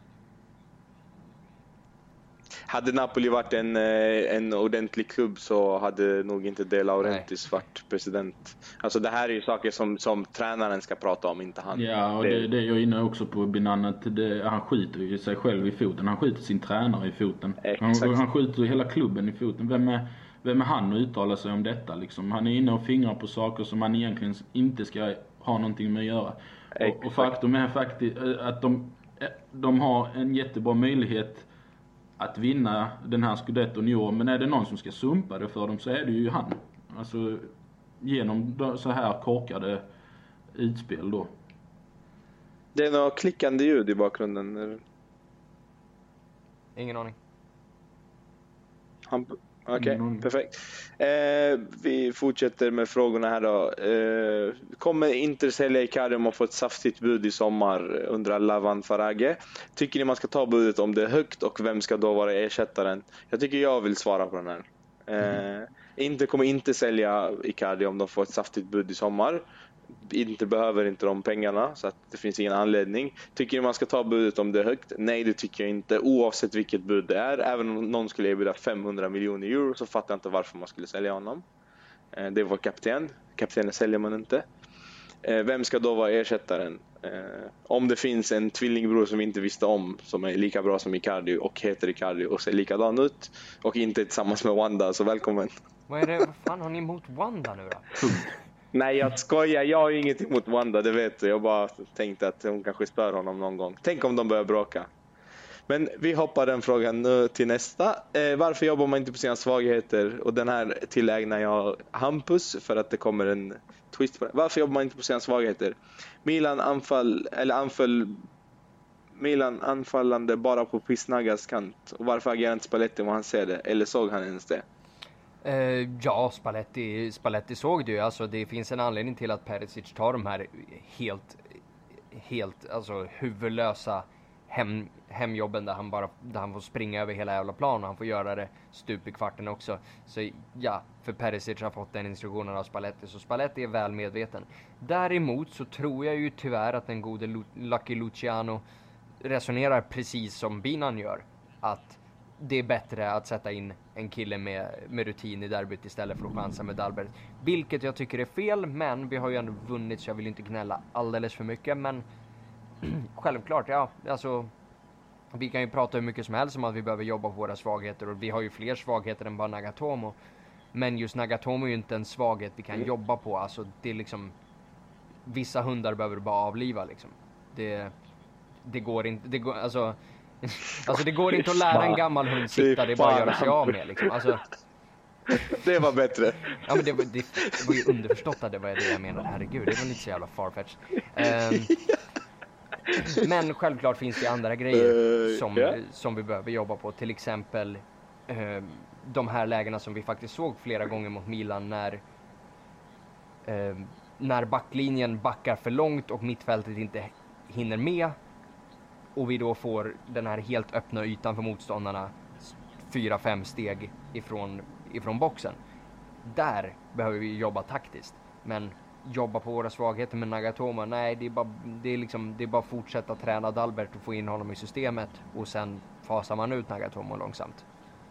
Hade Napoli varit en ordentlig klubb så hade nog inte De Laurentiis varit president. Alltså det här är ju saker som tränaren ska prata om, inte han. Ja, och det är jag inne också på, Binan, att han skiter ju sig själv i foten. Han skiter sin tränare i foten. Han skiter hela klubben i foten. Vem är han att uttala sig om detta liksom? Han är inne och fingrar på saker som han egentligen inte ska ha någonting med att göra. Och faktum är faktiskt att de har en jättebra möjlighet att vinna den här skudetton i år. Men är det någon som ska sumpa det för dem så är det ju han. Alltså genom så här korkade utspel då. Det är något klickande ljud i bakgrunden. Ingen aning. Okej, perfekt. Vi fortsätter med frågorna här då. Kommer Inter sälja Icardi om man får ett saftigt bud i sommar, undrar Lavan Farage. Tycker ni man ska ta budet om det är högt, och vem ska då vara ersättaren? Jag tycker jag vill svara på den här. Inter kommer inte sälja Icardi om de får ett saftigt bud i sommar. Inte behöver inte de pengarna, så att det finns ingen anledning. Tycker ni man ska ta budet om det är högt? Nej, det tycker jag inte, oavsett vilket bud det är. Även om någon skulle erbjuda 500 miljoner euro så fattar jag inte varför man skulle sälja honom. Det var kaptenen säljer man inte. Vem ska då vara ersättaren? Om det finns en tvillingbror som vi inte visste om, som är lika bra som Icardi och heter Icardi och ser likadan ut och inte tillsammans med Wanda, så välkommen. Vad fan har ni emot Wanda nu då? Nej, jag skojar. Jag har ju inget emot Wanda, det vet du. Jag bara tänkte att hon kanske spör honom någon gång. Tänk om de börjar bråka. Men vi hoppar den frågan nu till nästa. Varför jobbar man inte på sina svagheter? Och den här tillägnar jag Hampus, för att det kommer en twist på det. Varför jobbar man inte på sina svagheter? Milan anfallande bara på Pisnagas kant. Och varför agerar inte Spalletti om han ser det? Eller såg han ens det? Ja, Spalletti såg det ju. Alltså, det finns en anledning till att Perisic tar de här helt alltså huvudlösa hemjobben där han får springa över hela jävla plan och han får göra det stup i kvarten också. Så ja, för Perisic har fått den instruktionen av Spalletti, så Spalletti är väl medveten. Däremot så tror jag ju tyvärr att den gode Lucky Luciano resonerar precis som Binan gör, att det är bättre att sätta in en kille med rutin i derbyt istället för att chansa med Dalbert. Vilket jag tycker är fel, men vi har ju ändå vunnit så jag vill inte gnälla alldeles för mycket. Men självklart, ja, alltså vi kan ju prata hur mycket som helst om att vi behöver jobba på våra svagheter, och vi har ju fler svagheter än bara Nagatomo. Men just Nagatomo är ju inte en svaghet vi kan jobba på. Alltså det är liksom, vissa hundar behöver du bara avliva liksom. Det går inte, alltså det går inte att lära en gammal hund sitta, det är bara att göra sig av med liksom. Alltså, det var bättre. Ja, men det var ju underförstått att det var det jag menade. Herregud, det var inte så jävla farfetched. Men självklart finns det andra grejer som vi behöver jobba på. Till exempel de här lägena som vi faktiskt såg flera gånger mot Milan när backlinjen backar för långt och mittfältet inte hinner med. Och vi då får den här helt öppna ytan för motståndarna 4-5 steg ifrån boxen. Där behöver vi jobba taktiskt. Men jobba på våra svagheter med Nagatomo, nej, det är bara fortsätta träna Dalbert och få in honom i systemet, och sen fasar man ut Nagatomo långsamt.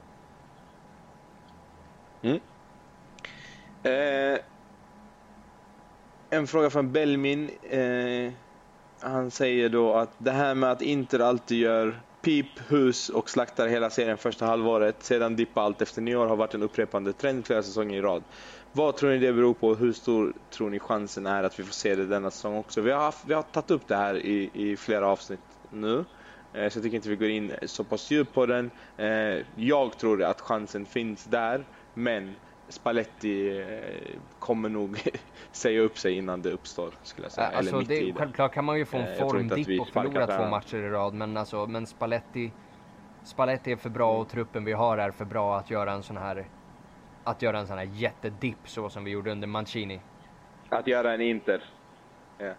En fråga från Belmin. Han säger då att det här med att Inter alltid gör hus och slaktar hela serien första halvåret, sedan dippar allt efter nyår, har varit en upprepande trend flera säsonger i rad. Vad tror ni det beror på? Hur stor tror ni chansen är att vi får se det denna säsong också? Vi har tagit upp det här i flera avsnitt nu, så jag tycker inte vi går in så pass djupt på den. Jag tror att chansen finns där, men Spalletti kommer nog säga upp sig innan det uppstår, skulle jag säga. Alltså, eller mitt i det. Självklart kan man ju få en formdipp och förlora 2 matcher i rad, men Spalletti är för bra, och truppen vi har är för bra att göra en sån här jättedipp så som vi gjorde under Mancini. Att göra en Inter. Ja.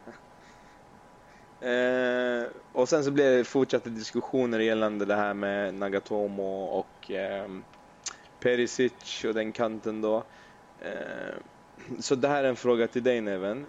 Och sen så blir det fortsatta diskussioner gällande det här med Nagatomo och Perisic och den kanten då. Så det här är en fråga till dig, Neven.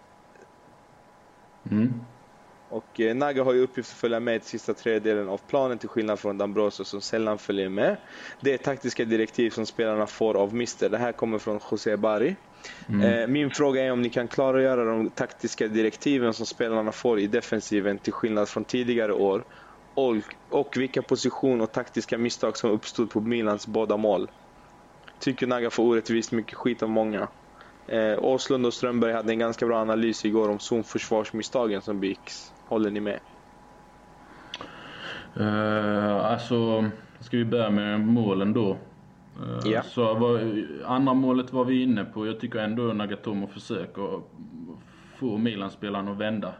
Och Naga har ju uppgift att följa med i sista tredjedelen av planen, till skillnad från D'Ambrosio som sällan följer med. Det är taktiska direktiv som spelarna får av Mister. Det här kommer från José Bari. Min fråga är om ni kan klara att göra de taktiska direktiven som spelarna får i defensiven till skillnad från tidigare år, och vilka position och taktiska misstag som uppstod på Milans båda mål. Tycker Naga får orättvist mycket skit av många. Åslund och Strömberg hade en ganska bra analys igår om zonförsvarsmisstagen som begicks. Håller ni med? Alltså, ska vi börja med målen då? Ja. Så andra målet var vi inne på. Jag tycker ändå Nagatomo försöker få Milan-spelaren att vända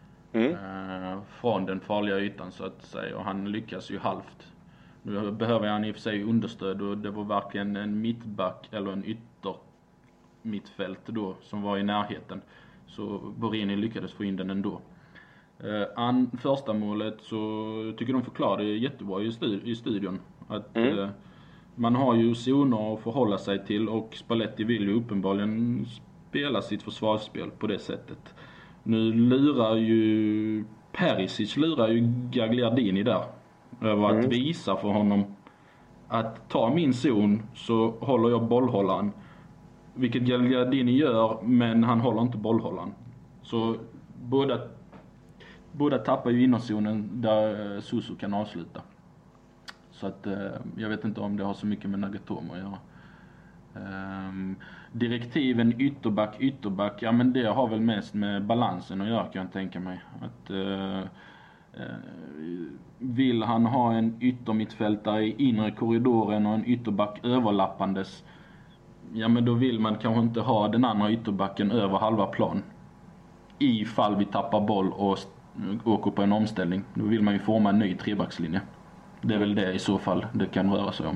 från den farliga ytan, så att säga. Och han lyckas ju halvt. Nu behöver han i och för sig understöd, och det var verkligen en mittback eller en mittfält då som var i närheten, så Borini lyckades få in den ändå. Första målet så tycker de förklarade jättebra i studion att man har ju zoner att förhålla sig till, och Spalletti vill ju uppenbarligen spela sitt försvarsspel på det sättet. Nu lurar ju Perisic Gagliardini där över att visa för honom att ta min zon så håller jag bollhållaren. Vilket Gagliardini gör, men han håller inte bollhållaren. Så båda tappar ju innerzonen där Suso kan avsluta. Så att jag vet inte om det har så mycket med Nagatomo att göra. Direktiven ytterback, ja men det har väl mest med balansen att göra, kan jag tänka mig. Att vill han ha en yttermittfältare i inre korridoren och en ytterback överlappandes, ja men då vill man kanske inte ha den andra ytterbacken över halva plan. Ifall vi tappar boll och åker på en omställning, då vill man ju forma en ny trebackslinje. Det är väl det i så fall det kan röra sig om.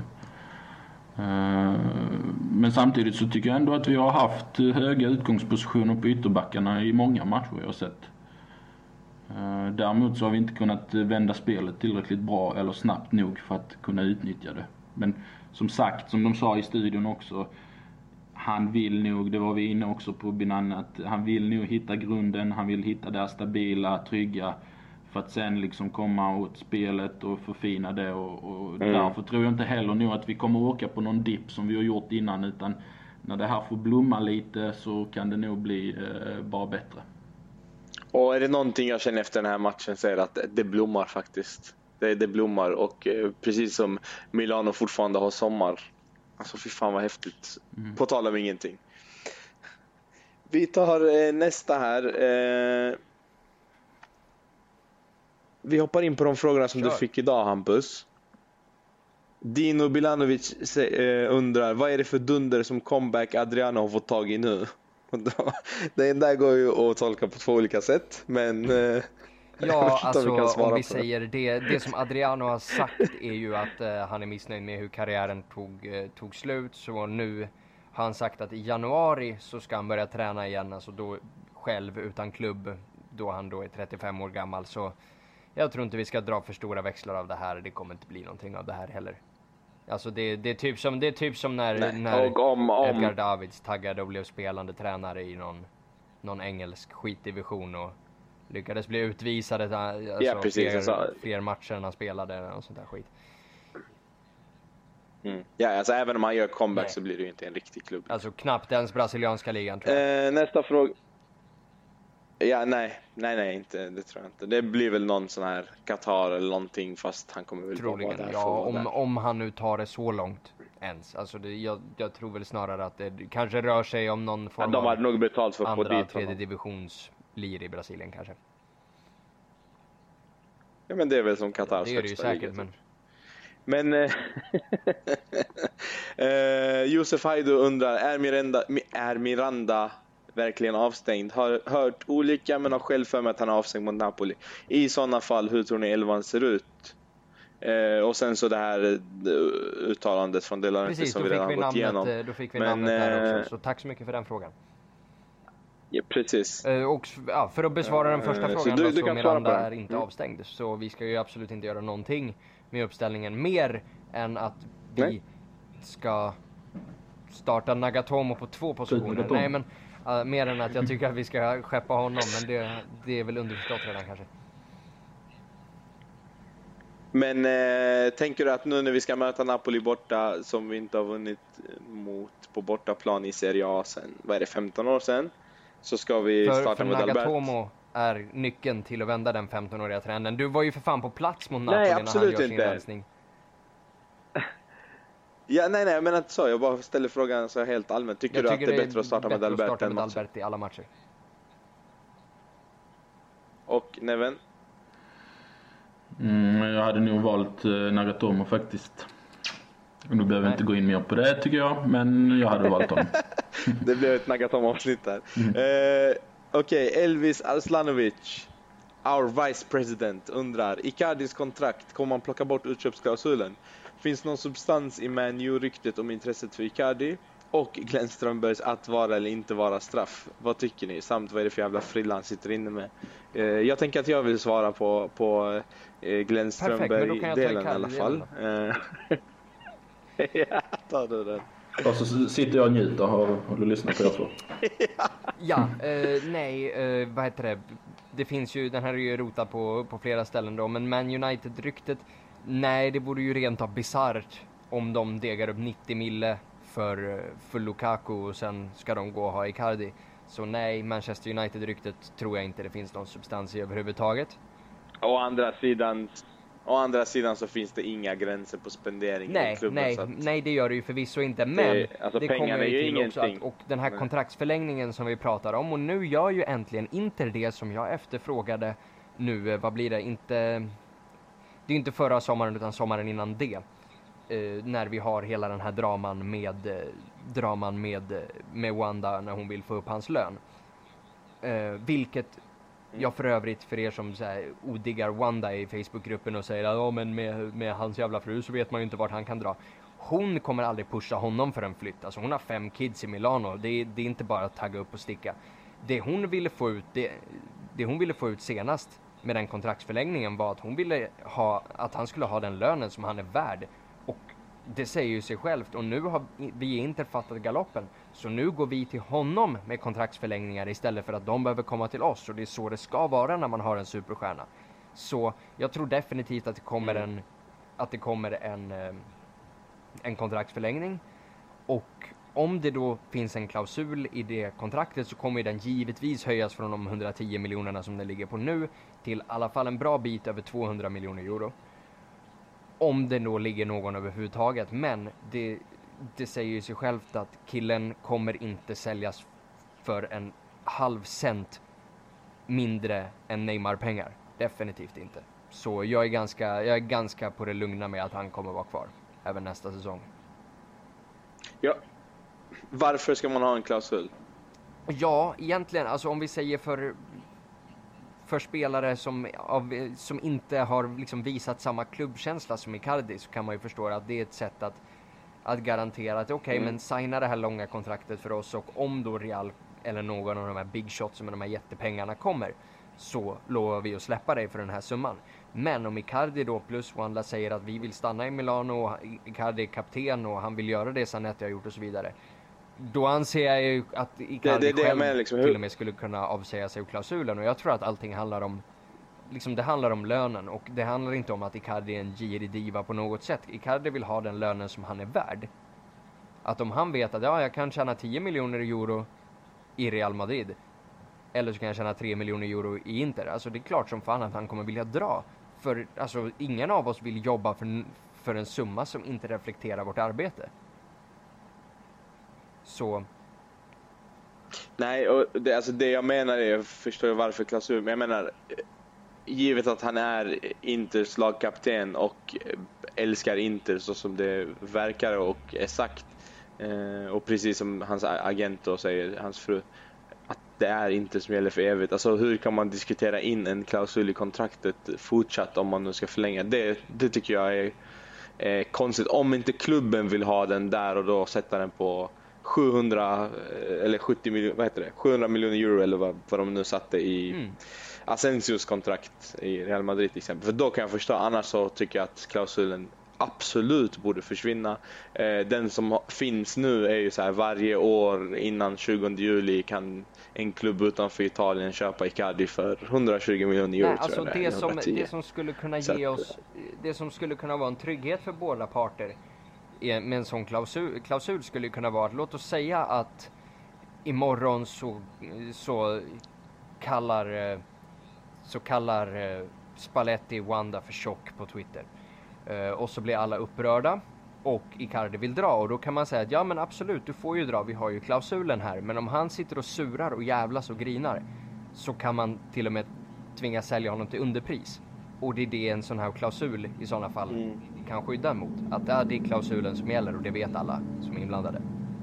Men samtidigt så tycker jag ändå att vi har haft höga utgångspositioner på ytterbackarna i många matcher jag har sett. Däremot så har vi inte kunnat vända spelet tillräckligt bra eller snabbt nog för att kunna utnyttja det. Men som sagt, som de sa i studion också, han vill nog, det var vi inne också på Binan, att han vill nog hitta grunden, han vill hitta det stabila, trygga, för att sen liksom komma åt spelet och förfina det. Och därför tror jag inte heller nu att vi kommer åka på någon dipp som vi har gjort innan, utan när det här får blomma lite så kan det nog bli bara bättre. Och är det någonting jag känner efter den här matchen så är det att det blommar faktiskt. Det blommar, och precis som Milano fortfarande har sommar. Alltså fy fan vad häftigt. På tal om ingenting. Vi tar nästa här. Vi hoppar in på de frågorna som du fick idag, Hampus. Dino Bilanovic undrar, vad är det för dunder som comeback Adriano har fått tag i nu? Det där går ju att tolka på 2 olika sätt, men ja, alltså om vi säger det som Adriano har sagt är ju att han är missnöjd med hur karriären tog slut, så nu har han sagt att i januari så ska han börja träna igen, alltså då själv utan klubb, då han då är 35 år gammal. Så jag tror inte vi ska dra för stora växlar av det här, det kommer inte bli någonting av det här heller. Alltså det är typ som när Edgar Davids taggade och blev spelande tränare i någon engelsk skitdivision och lyckades bli utvisade, alltså fler matcher än han spelade och sånt där skit. Ja, alltså även om han gör comeback så blir det ju inte en riktig klubb. Alltså knappt ens brasilianska ligan, tror jag. Nästa fråga. Ja, nej, inte, det tror jag inte. Det blir väl någon sån här Qatar eller någonting, fast han kommer väl troligen, vara där. Ja, om han nu tar det så långt ens. Alltså jag tror väl snarare att det kanske rör sig om någon form de hade nog betalt för andra, dit tredje divisions lir i Brasilien kanske. Ja, men det är väl som Qatars det är det ju säkert, men Josef Haido undrar, är Miranda verkligen avstängd? Har hört olika, men har själv för mig att han är avstängd mot Napoli. I sådana fall, hur tror ni 11 ser ut? Och sen så det här uttalandet från Delanete som vi redan har gått igenom. Då fick vi namnet där också, så tack så mycket för den frågan. Ja, precis. Och för att besvara den första frågan så så Miranda är inte avstängd. Så vi ska ju absolut inte göra någonting med uppställningen mer än att vi ska starta Nagatomo på 2 positioner. Nej, men mer än att jag tycker att vi ska skeppa honom, men det är väl underförstått redan kanske. Men tänker du att nu när vi ska möta Napoli borta, som vi inte har vunnit mot på bortaplan i Serie A sen, vad är det, 15 år sedan, så ska vi starta med Albert? Nagatomo är nyckeln till att vända den 15-åriga trenden. Du var ju för fan på plats mot Napoli. Nej, när han gör sin inte. rensning. Ja, nej, men inte så. Jag bara ställer frågan så helt allmänt. Tycker du att det är bättre att starta med Albert än Albert i alla matcher? Och Neven? Jag hade nog valt Nagatomo faktiskt. Nu behöver inte gå in mer på det tycker jag, men jag hade valt honom. Det blev ett Nagatomo-avsnitt där. Okej, Elvis Arslanovic, our vice president, undrar, Icardis kontrakt, kommer man plocka bort utköpsklausulen? Finns någon substans i Man U-ryktet om intresset för Icardi? Och Glenn Strömbergs att vara eller inte vara straff. Vad tycker ni? Samt vad är det för jävla frilla han sitter inne med? Jag tänker att jag vill svara på Glenn Strömberg-delen i alla fall. Ja, ta du den. Och så sitter jag och njuter. Har du lyssnat på det så? Ja, nej, vad heter det? Det finns ju, den här är ju rotad på flera ställen då, men Man United-ryktet, nej, det vore ju rent av bizarrt om de degar upp 90 mille för Lukaku och sen ska de gå och ha Icardi. Så nej, Manchester United-ryktet tror jag inte det finns någon substans i överhuvudtaget. Å andra sidan så finns det inga gränser på spendering i klubben. Nej, det gör det ju förvisso inte. Men alltså det kommer ju till ingenting. Också och den här kontraktsförlängningen som vi pratar om. Och nu gör ju äntligen Inter det som jag efterfrågade nu. Vad blir det? Det är inte förra sommaren utan sommaren innan det. När vi har hela den här draman med Wanda när hon vill få upp hans lön. Vilket jag för övrigt, för er som så här, odiggar Wanda i Facebookgruppen och säger att ja, men med hans jävla fru så vet man ju inte vart han kan dra. Hon kommer aldrig pusha honom för en flytt. Alltså hon har 5 kids i Milano. Det är inte bara att tagga upp och sticka. Det hon ville få ut senast med den kontraktsförlängningen var att hon ville att han skulle ha den lönen som han är värd. Och det säger ju sig självt. Och nu har vi inte fattat galoppen. Så nu går vi till honom med kontraktsförlängningar istället för att de behöver komma till oss. Och det är så det ska vara när man har en superstjärna. Så jag tror definitivt att det kommer en kontraktsförlängning. Och om det då finns en klausul i det kontraktet så kommer den givetvis höjas från de 110 miljonerna som det ligger på nu till i alla fall en bra bit över 200 miljoner euro. Om det då ligger någon överhuvudtaget. Men det säger ju sig självt att killen kommer inte säljas för en halv cent mindre än Neymar-pengar. Definitivt inte. Så jag är ganska på det lugna med att han kommer vara kvar även nästa säsong. Ja. Varför ska man ha en klausul? Ja, egentligen, alltså om vi säger för spelare som inte har liksom visat samma klubbkänsla som Icardi, så kan man ju förstå att det är ett sätt att garantera att men signa det här långa kontraktet för oss, och om då Real eller någon av de här big shots med de här jättepengarna kommer, så lovar vi att släppa dig för den här summan. Men om Icardi då plus Wanda säger att vi vill stanna i Milano och Icardi är kapten och han vill göra det Zanetti har gjort och så vidare, då anser jag ju att Icardi själv liksom, till och med skulle kunna avsäga sig klausulen. Och jag tror att allting handlar om det handlar om lönen, och det handlar inte om att Icardi är en girig-diva på något sätt. Icardi vill ha den lönen som han är värd. Att om han vet att jag kan tjäna 10 miljoner euro i Real Madrid, eller så kan jag tjäna 3 miljoner euro i Inter, alltså det är klart som fan att han kommer vilja dra. För alltså, ingen av oss vill jobba för en summa som inte reflekterar vårt arbete. Så. Nej, och det jag menar är, jag förstår varför klausul, men jag menar, givet att han är Inters lagkapten och älskar Inter så som det verkar och är sagt, och precis som hans agent då säger, hans fru, att det är Inter som gäller för evigt. Alltså hur kan man diskutera in en klausul i kontraktet fortsatt om man nu ska förlänga? Det tycker jag är konstigt. Om inte klubben vill ha den där och då sätta den på 700 eller 70 miljoner, vad heter det? 700 miljoner euro eller vad de nu satte i Asensios kontrakt i Real Madrid till exempel. För då kan jag förstå, annars så tycker jag att klausulen absolut borde försvinna. Den som finns nu är ju så här: varje år innan 20 juli kan en klubb utanför Italien köpa Icardi för 120 miljoner euro. Nej, alltså det som skulle kunna ge oss, det som skulle kunna vara en trygghet för båda parter med en sån klausul skulle kunna vara att, låt oss säga att imorgon så kallar Spalletti Wanda för tjock på Twitter. Och så blir alla upprörda och Icardi vill dra, och då kan man säga att ja men absolut, du får ju dra, vi har ju klausulen här. Men om han sitter och surar och jävlas och grinar, så kan man till och med tvinga sälja honom till underpris. Och det är det en sån här klausul i sådana fall kan skydda mot. Att det är klausulen som gäller, och det vet alla som är inblandade.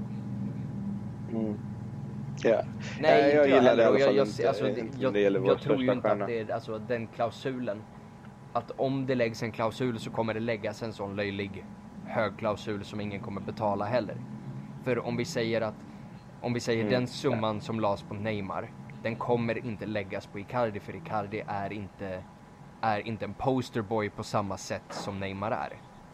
Ja. Nej, jag gillar det i alla fall. Jag tror ju inte att det är alltså, den klausulen, att om det läggs en klausul så kommer det läggas en sån löjlig hög klausul som ingen kommer betala heller. För om vi säger den summan som lades på Neymar, den kommer inte läggas på Icardi, för Icardi är inte en posterboy på samma sätt som Neymar är.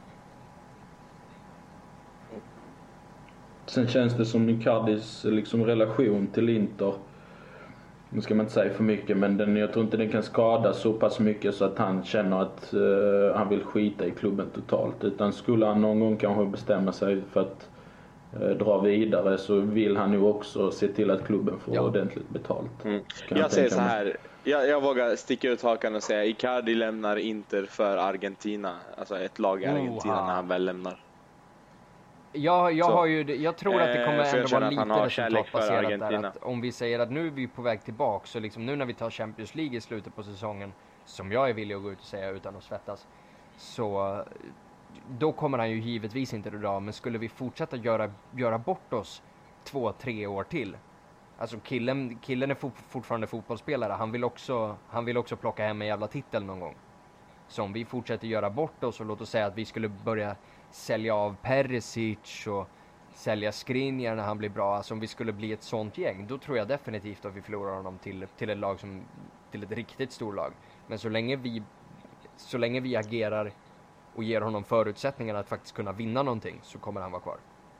Sen känns det som Icardis liksom relation till Inter, nu ska man inte säga för mycket, men jag tror inte den kan skada så pass mycket så att han känner att han vill skita i klubben totalt. Utan skulle han någon gång kanske bestämma sig för att dra vidare, så vill han ju också se till att klubben får ordentligt betalt. Jag säger så här, jag vågar sticka ut hakan och säga Icardi lämnar Inter för Argentina. Alltså ett lag i Argentina när han väl lämnar. Jag tror att det kommer ändå vara lite resultatbaserat där, att om vi säger att nu är vi på väg tillbaka, så liksom nu när vi tar Champions League i slutet på säsongen, som jag är villig att gå ut och säga utan att svettas, så då kommer han ju givetvis inte att dra. Men skulle vi fortsätta göra bort oss 2-3 år till, alltså killen är fortfarande fotbollsspelare, han vill också plocka hem en jävla titel någon gång. Så om vi fortsätter göra bort oss, och låt oss säga att vi skulle börja sälja av Perisic och sälja Skriniar när han blir bra, alltså om vi skulle bli ett sånt gäng, då tror jag definitivt att vi förlorar honom till ett lag som till ett riktigt storlag. Men så länge vi agerar och ger honom förutsättningarna att faktiskt kunna vinna någonting, så kommer han vara kvar.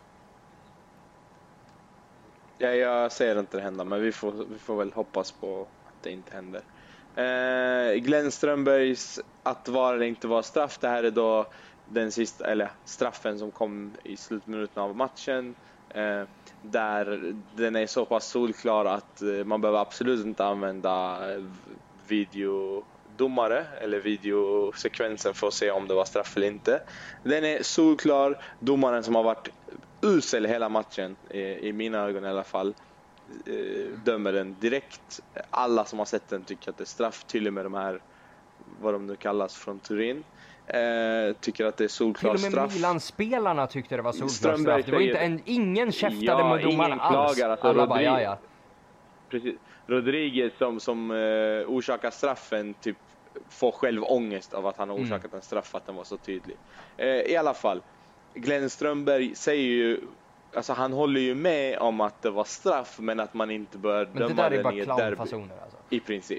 Ja, jag ser inte det hända, men vi får väl hoppas på att det inte händer. Glenn Strömbergs att vara eller inte vara straff, det här är då den sista, eller straffen som kom i slutminuten av matchen, där den är så pass solklar att man behöver absolut inte använda videodomare eller videosekvensen för att se om det var straff eller inte. Den är solklar. Domaren som har varit usel hela matchen, i mina ögon i alla fall, dömer den direkt. Alla som har sett den tycker att det är straff, till och med de här, vad de nu kallas, från Turin, tycker att det är solklar straff. Till och med Milan-spelarna tyckte det var solklar straff. Det var inte ingen käftade mot domaren alls. Alltså, alla bara, ja. Precis. Rodriguez som orsakar straffen typ får själv ångest av att han har orsakat en straff, att den var så tydlig. I alla fall, Glenn Strömberg säger ju, alltså han håller ju med om att det var straff, men att man inte bör döma den i ett derby. Alltså. I princip.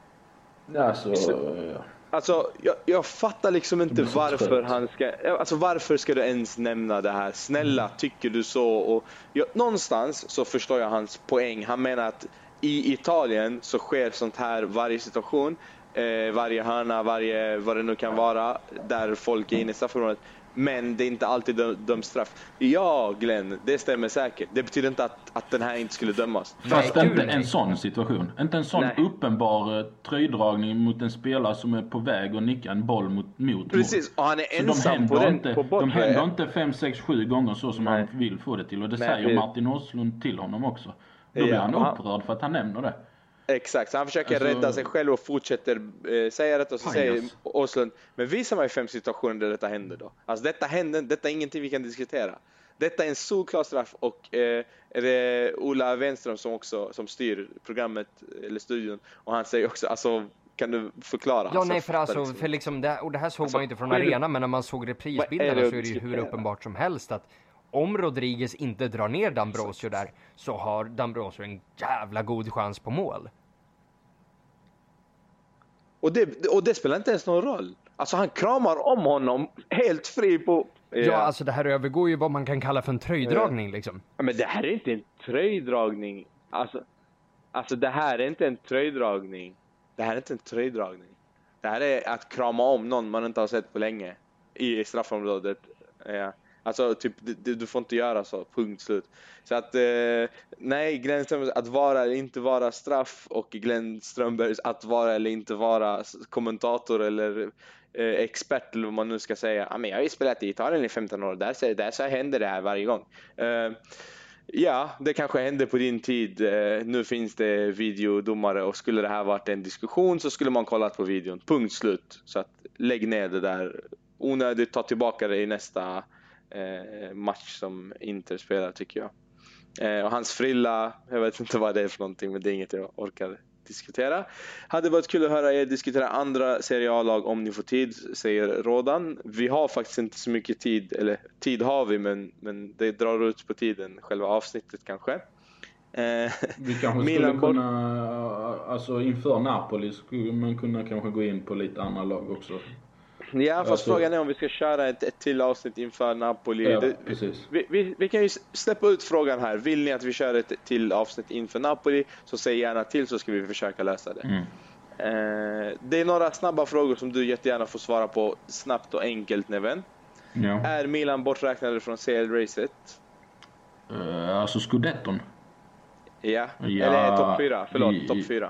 Alltså jag fattar liksom inte varför han ska, alltså varför ska du ens nämna det här? Snälla, tycker du så? Och någonstans så förstår jag hans poäng. Han menar att i Italien så sker sånt här varje situation, varje hörna, vad det nu kan vara, där folk är inne i straffområdet. Men det är inte alltid döms straff. Ja, Glenn, det stämmer säkert. Det betyder inte att den här inte skulle dömas. Fast inte en sån situation. Inte en sån uppenbar tröjdragning mot en spelare som är på väg att nicka en boll mot. Precis, och han är ensam på den. De händer inte 5, 6, 7 gånger så som han vill få det till. Och det säger Martin Åslund till honom också. Då blir han upprörd för att han nämner det. Exakt, så han försöker rädda sig själv och fortsätter säga det, och så säger Åslund, men visa mig 5 situationer där detta händer då. Alltså detta är ingenting vi kan diskutera. Detta är en solklar straff, och är det Ola Wenström som styr programmet eller studion, och han säger också, alltså kan du förklara? Ja, nej, för liksom det, och det här såg man inte från arenan, men när man såg reprisbilderna så är det ju hur uppenbart som helst att om Rodriguez inte drar ner D'Ambrosio där, så har D'Ambrosio en jävla god chans på mål. Och det spelar inte ens någon roll. Alltså han kramar om honom helt fri på... Ja, alltså det här övergår ju vad man kan kalla för en tröjdragning liksom. Ja, men det här är inte en tröjdragning. Alltså det här är inte en tröjdragning. Det här är inte en tröjdragning. Det här är att krama om någon man inte har sett på länge i straffområdet. Ja. Alltså typ, du får inte göra så, punkt slut. Så att nej, Glenn Strömbergs att vara eller inte vara straff, och Glenn Strömbergs att vara eller inte vara kommentator eller expert, eller vad man nu ska säga. Ja, men jag har ju spelat i Italien i 15 år, där så händer det här varje gång. Ja, det kanske händer på din tid. Nu finns det videodomare, och skulle det här varit en diskussion så skulle man kollat på videon, punkt slut. Så att lägg ner det där onödigt, ta tillbaka det i nästa match som Inter spelar, tycker jag. Och hans frilla, jag vet inte vad det är för någonting, men det är inget jag orkar diskutera. Hade varit kul att höra er diskutera andra Serie A-lag om ni får tid, säger Rådan. Vi har faktiskt inte så mycket tid, eller tid har vi, men det drar ut på tiden, själva avsnittet kanske. Vi kanske skulle kunna, alltså inför Napoli skulle man kunna kanske gå in på lite andra lag också. Ja, fast frågan är om vi ska köra ett till avsnitt inför Napoli. Ja, precis. Vi kan ju släppa ut frågan här. Vill ni att vi kör ett till avsnitt inför Napoli, så säg gärna till, så ska vi försöka lösa det. Det är några snabba frågor som du jättegärna får svara på snabbt och enkelt, Neven. Ja. Är Milan borträknade från CL-racet? Alltså Scudetton? Ja, eller topp 4. Förlåt, topp 4.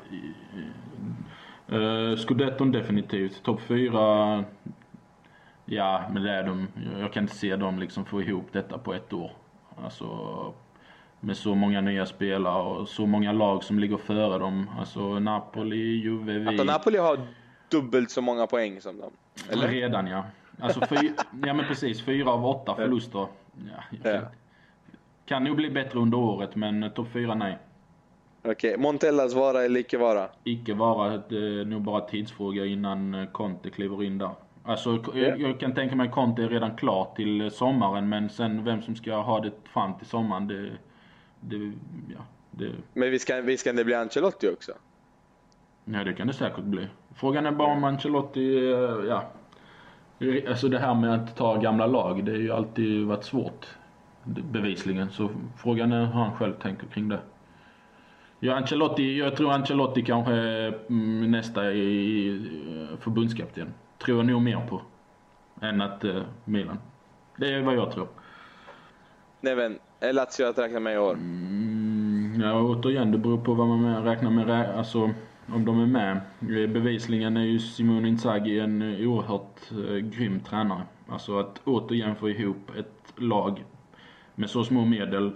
Scudetton definitivt. Topp 4, ja, men det är de. Jag kan inte se dem liksom få ihop detta på ett år. Alltså med så många nya spelare och så många lag som ligger före dem. Alltså Napoli, Juve, Att Napoli har dubbelt så många poäng som dem, eller? Redan, ja. Alltså ja, men precis, 4 av 8 förluster. Ja. Kan nog bli bättre under året, men topp 4 nej. Okej, Montellas vara eller icke vara? Icke vara, det är nog bara tidsfråga innan Conte kliver in där. Alltså jag kan tänka mig att Conte är redan klar till sommaren, men sen vem som ska ha det fram till sommaren, det. Men visst kan det bli Ancelotti också? Ja, det kan det säkert bli. Frågan är bara om Ancelotti, alltså det här med att ta gamla lag, det har ju alltid varit svårt. Bevisligen. Så frågan är hur han själv tänker kring det. Ja, jag tror Ancelotti kanske är nästa i förbundskapten. Tror jag nog mer på. Än att Milan. Det är vad jag tror. Neven, är Lazio att räkna med i år? Ja, återigen, det beror på vad man räknar med. Alltså, om de är med. Bevisligen är ju Simone Inzaghi en oerhört grym tränare. Alltså att återigen få ihop ett lag med så små medel,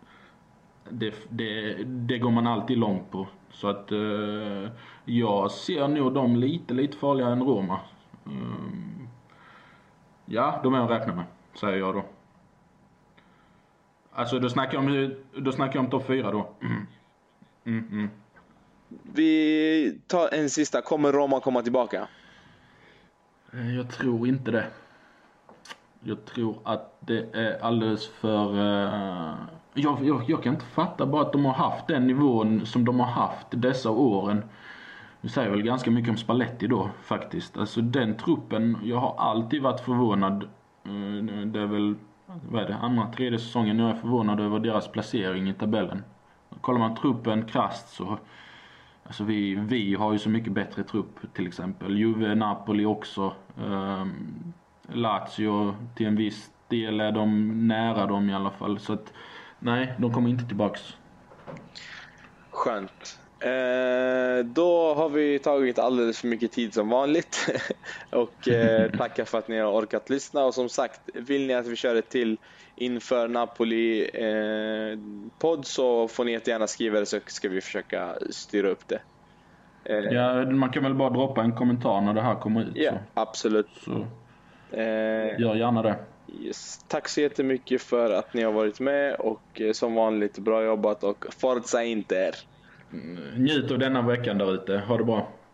det går man alltid långt på. Så att jag ser nog dem lite farligare än Roma. Ja, de är att räkna med, säger jag då. Alltså då snackar jag om topp 4 då. Vi tar en sista. Kommer Roma komma tillbaka? Jag tror inte det. Jag tror att det är alldeles för... Jag kan inte fatta bara att de har haft den nivån som de har haft dessa åren. Det säger väl ganska mycket om Spalletti då faktiskt. Alltså den truppen, jag har alltid varit förvånad. Det är väl, andra, tredje säsongen jag är förvånad över deras placering i tabellen. Kollar man truppen krasst så... Alltså vi har ju så mycket bättre trupp till exempel. Juve, Napoli också. Lazio till en viss del är de nära dem i alla fall. Så att nej, de kommer inte tillbaks. Skönt. Då har vi tagit alldeles för mycket tid som vanligt. Och tackar för att ni har orkat lyssna. Och som sagt, vill ni att vi kör ett till inför Napoli podd, så får ni jättegärna skriva det, så ska vi försöka styra upp det. Ja, man kan väl bara droppa en kommentar när det här kommer ut. Ja, absolut. Så gör gärna det. Yes. Tack så jättemycket för att ni har varit med, och som vanligt bra jobbat, och Forza Inter. Njut av denna veckan där ute. Ha det bra.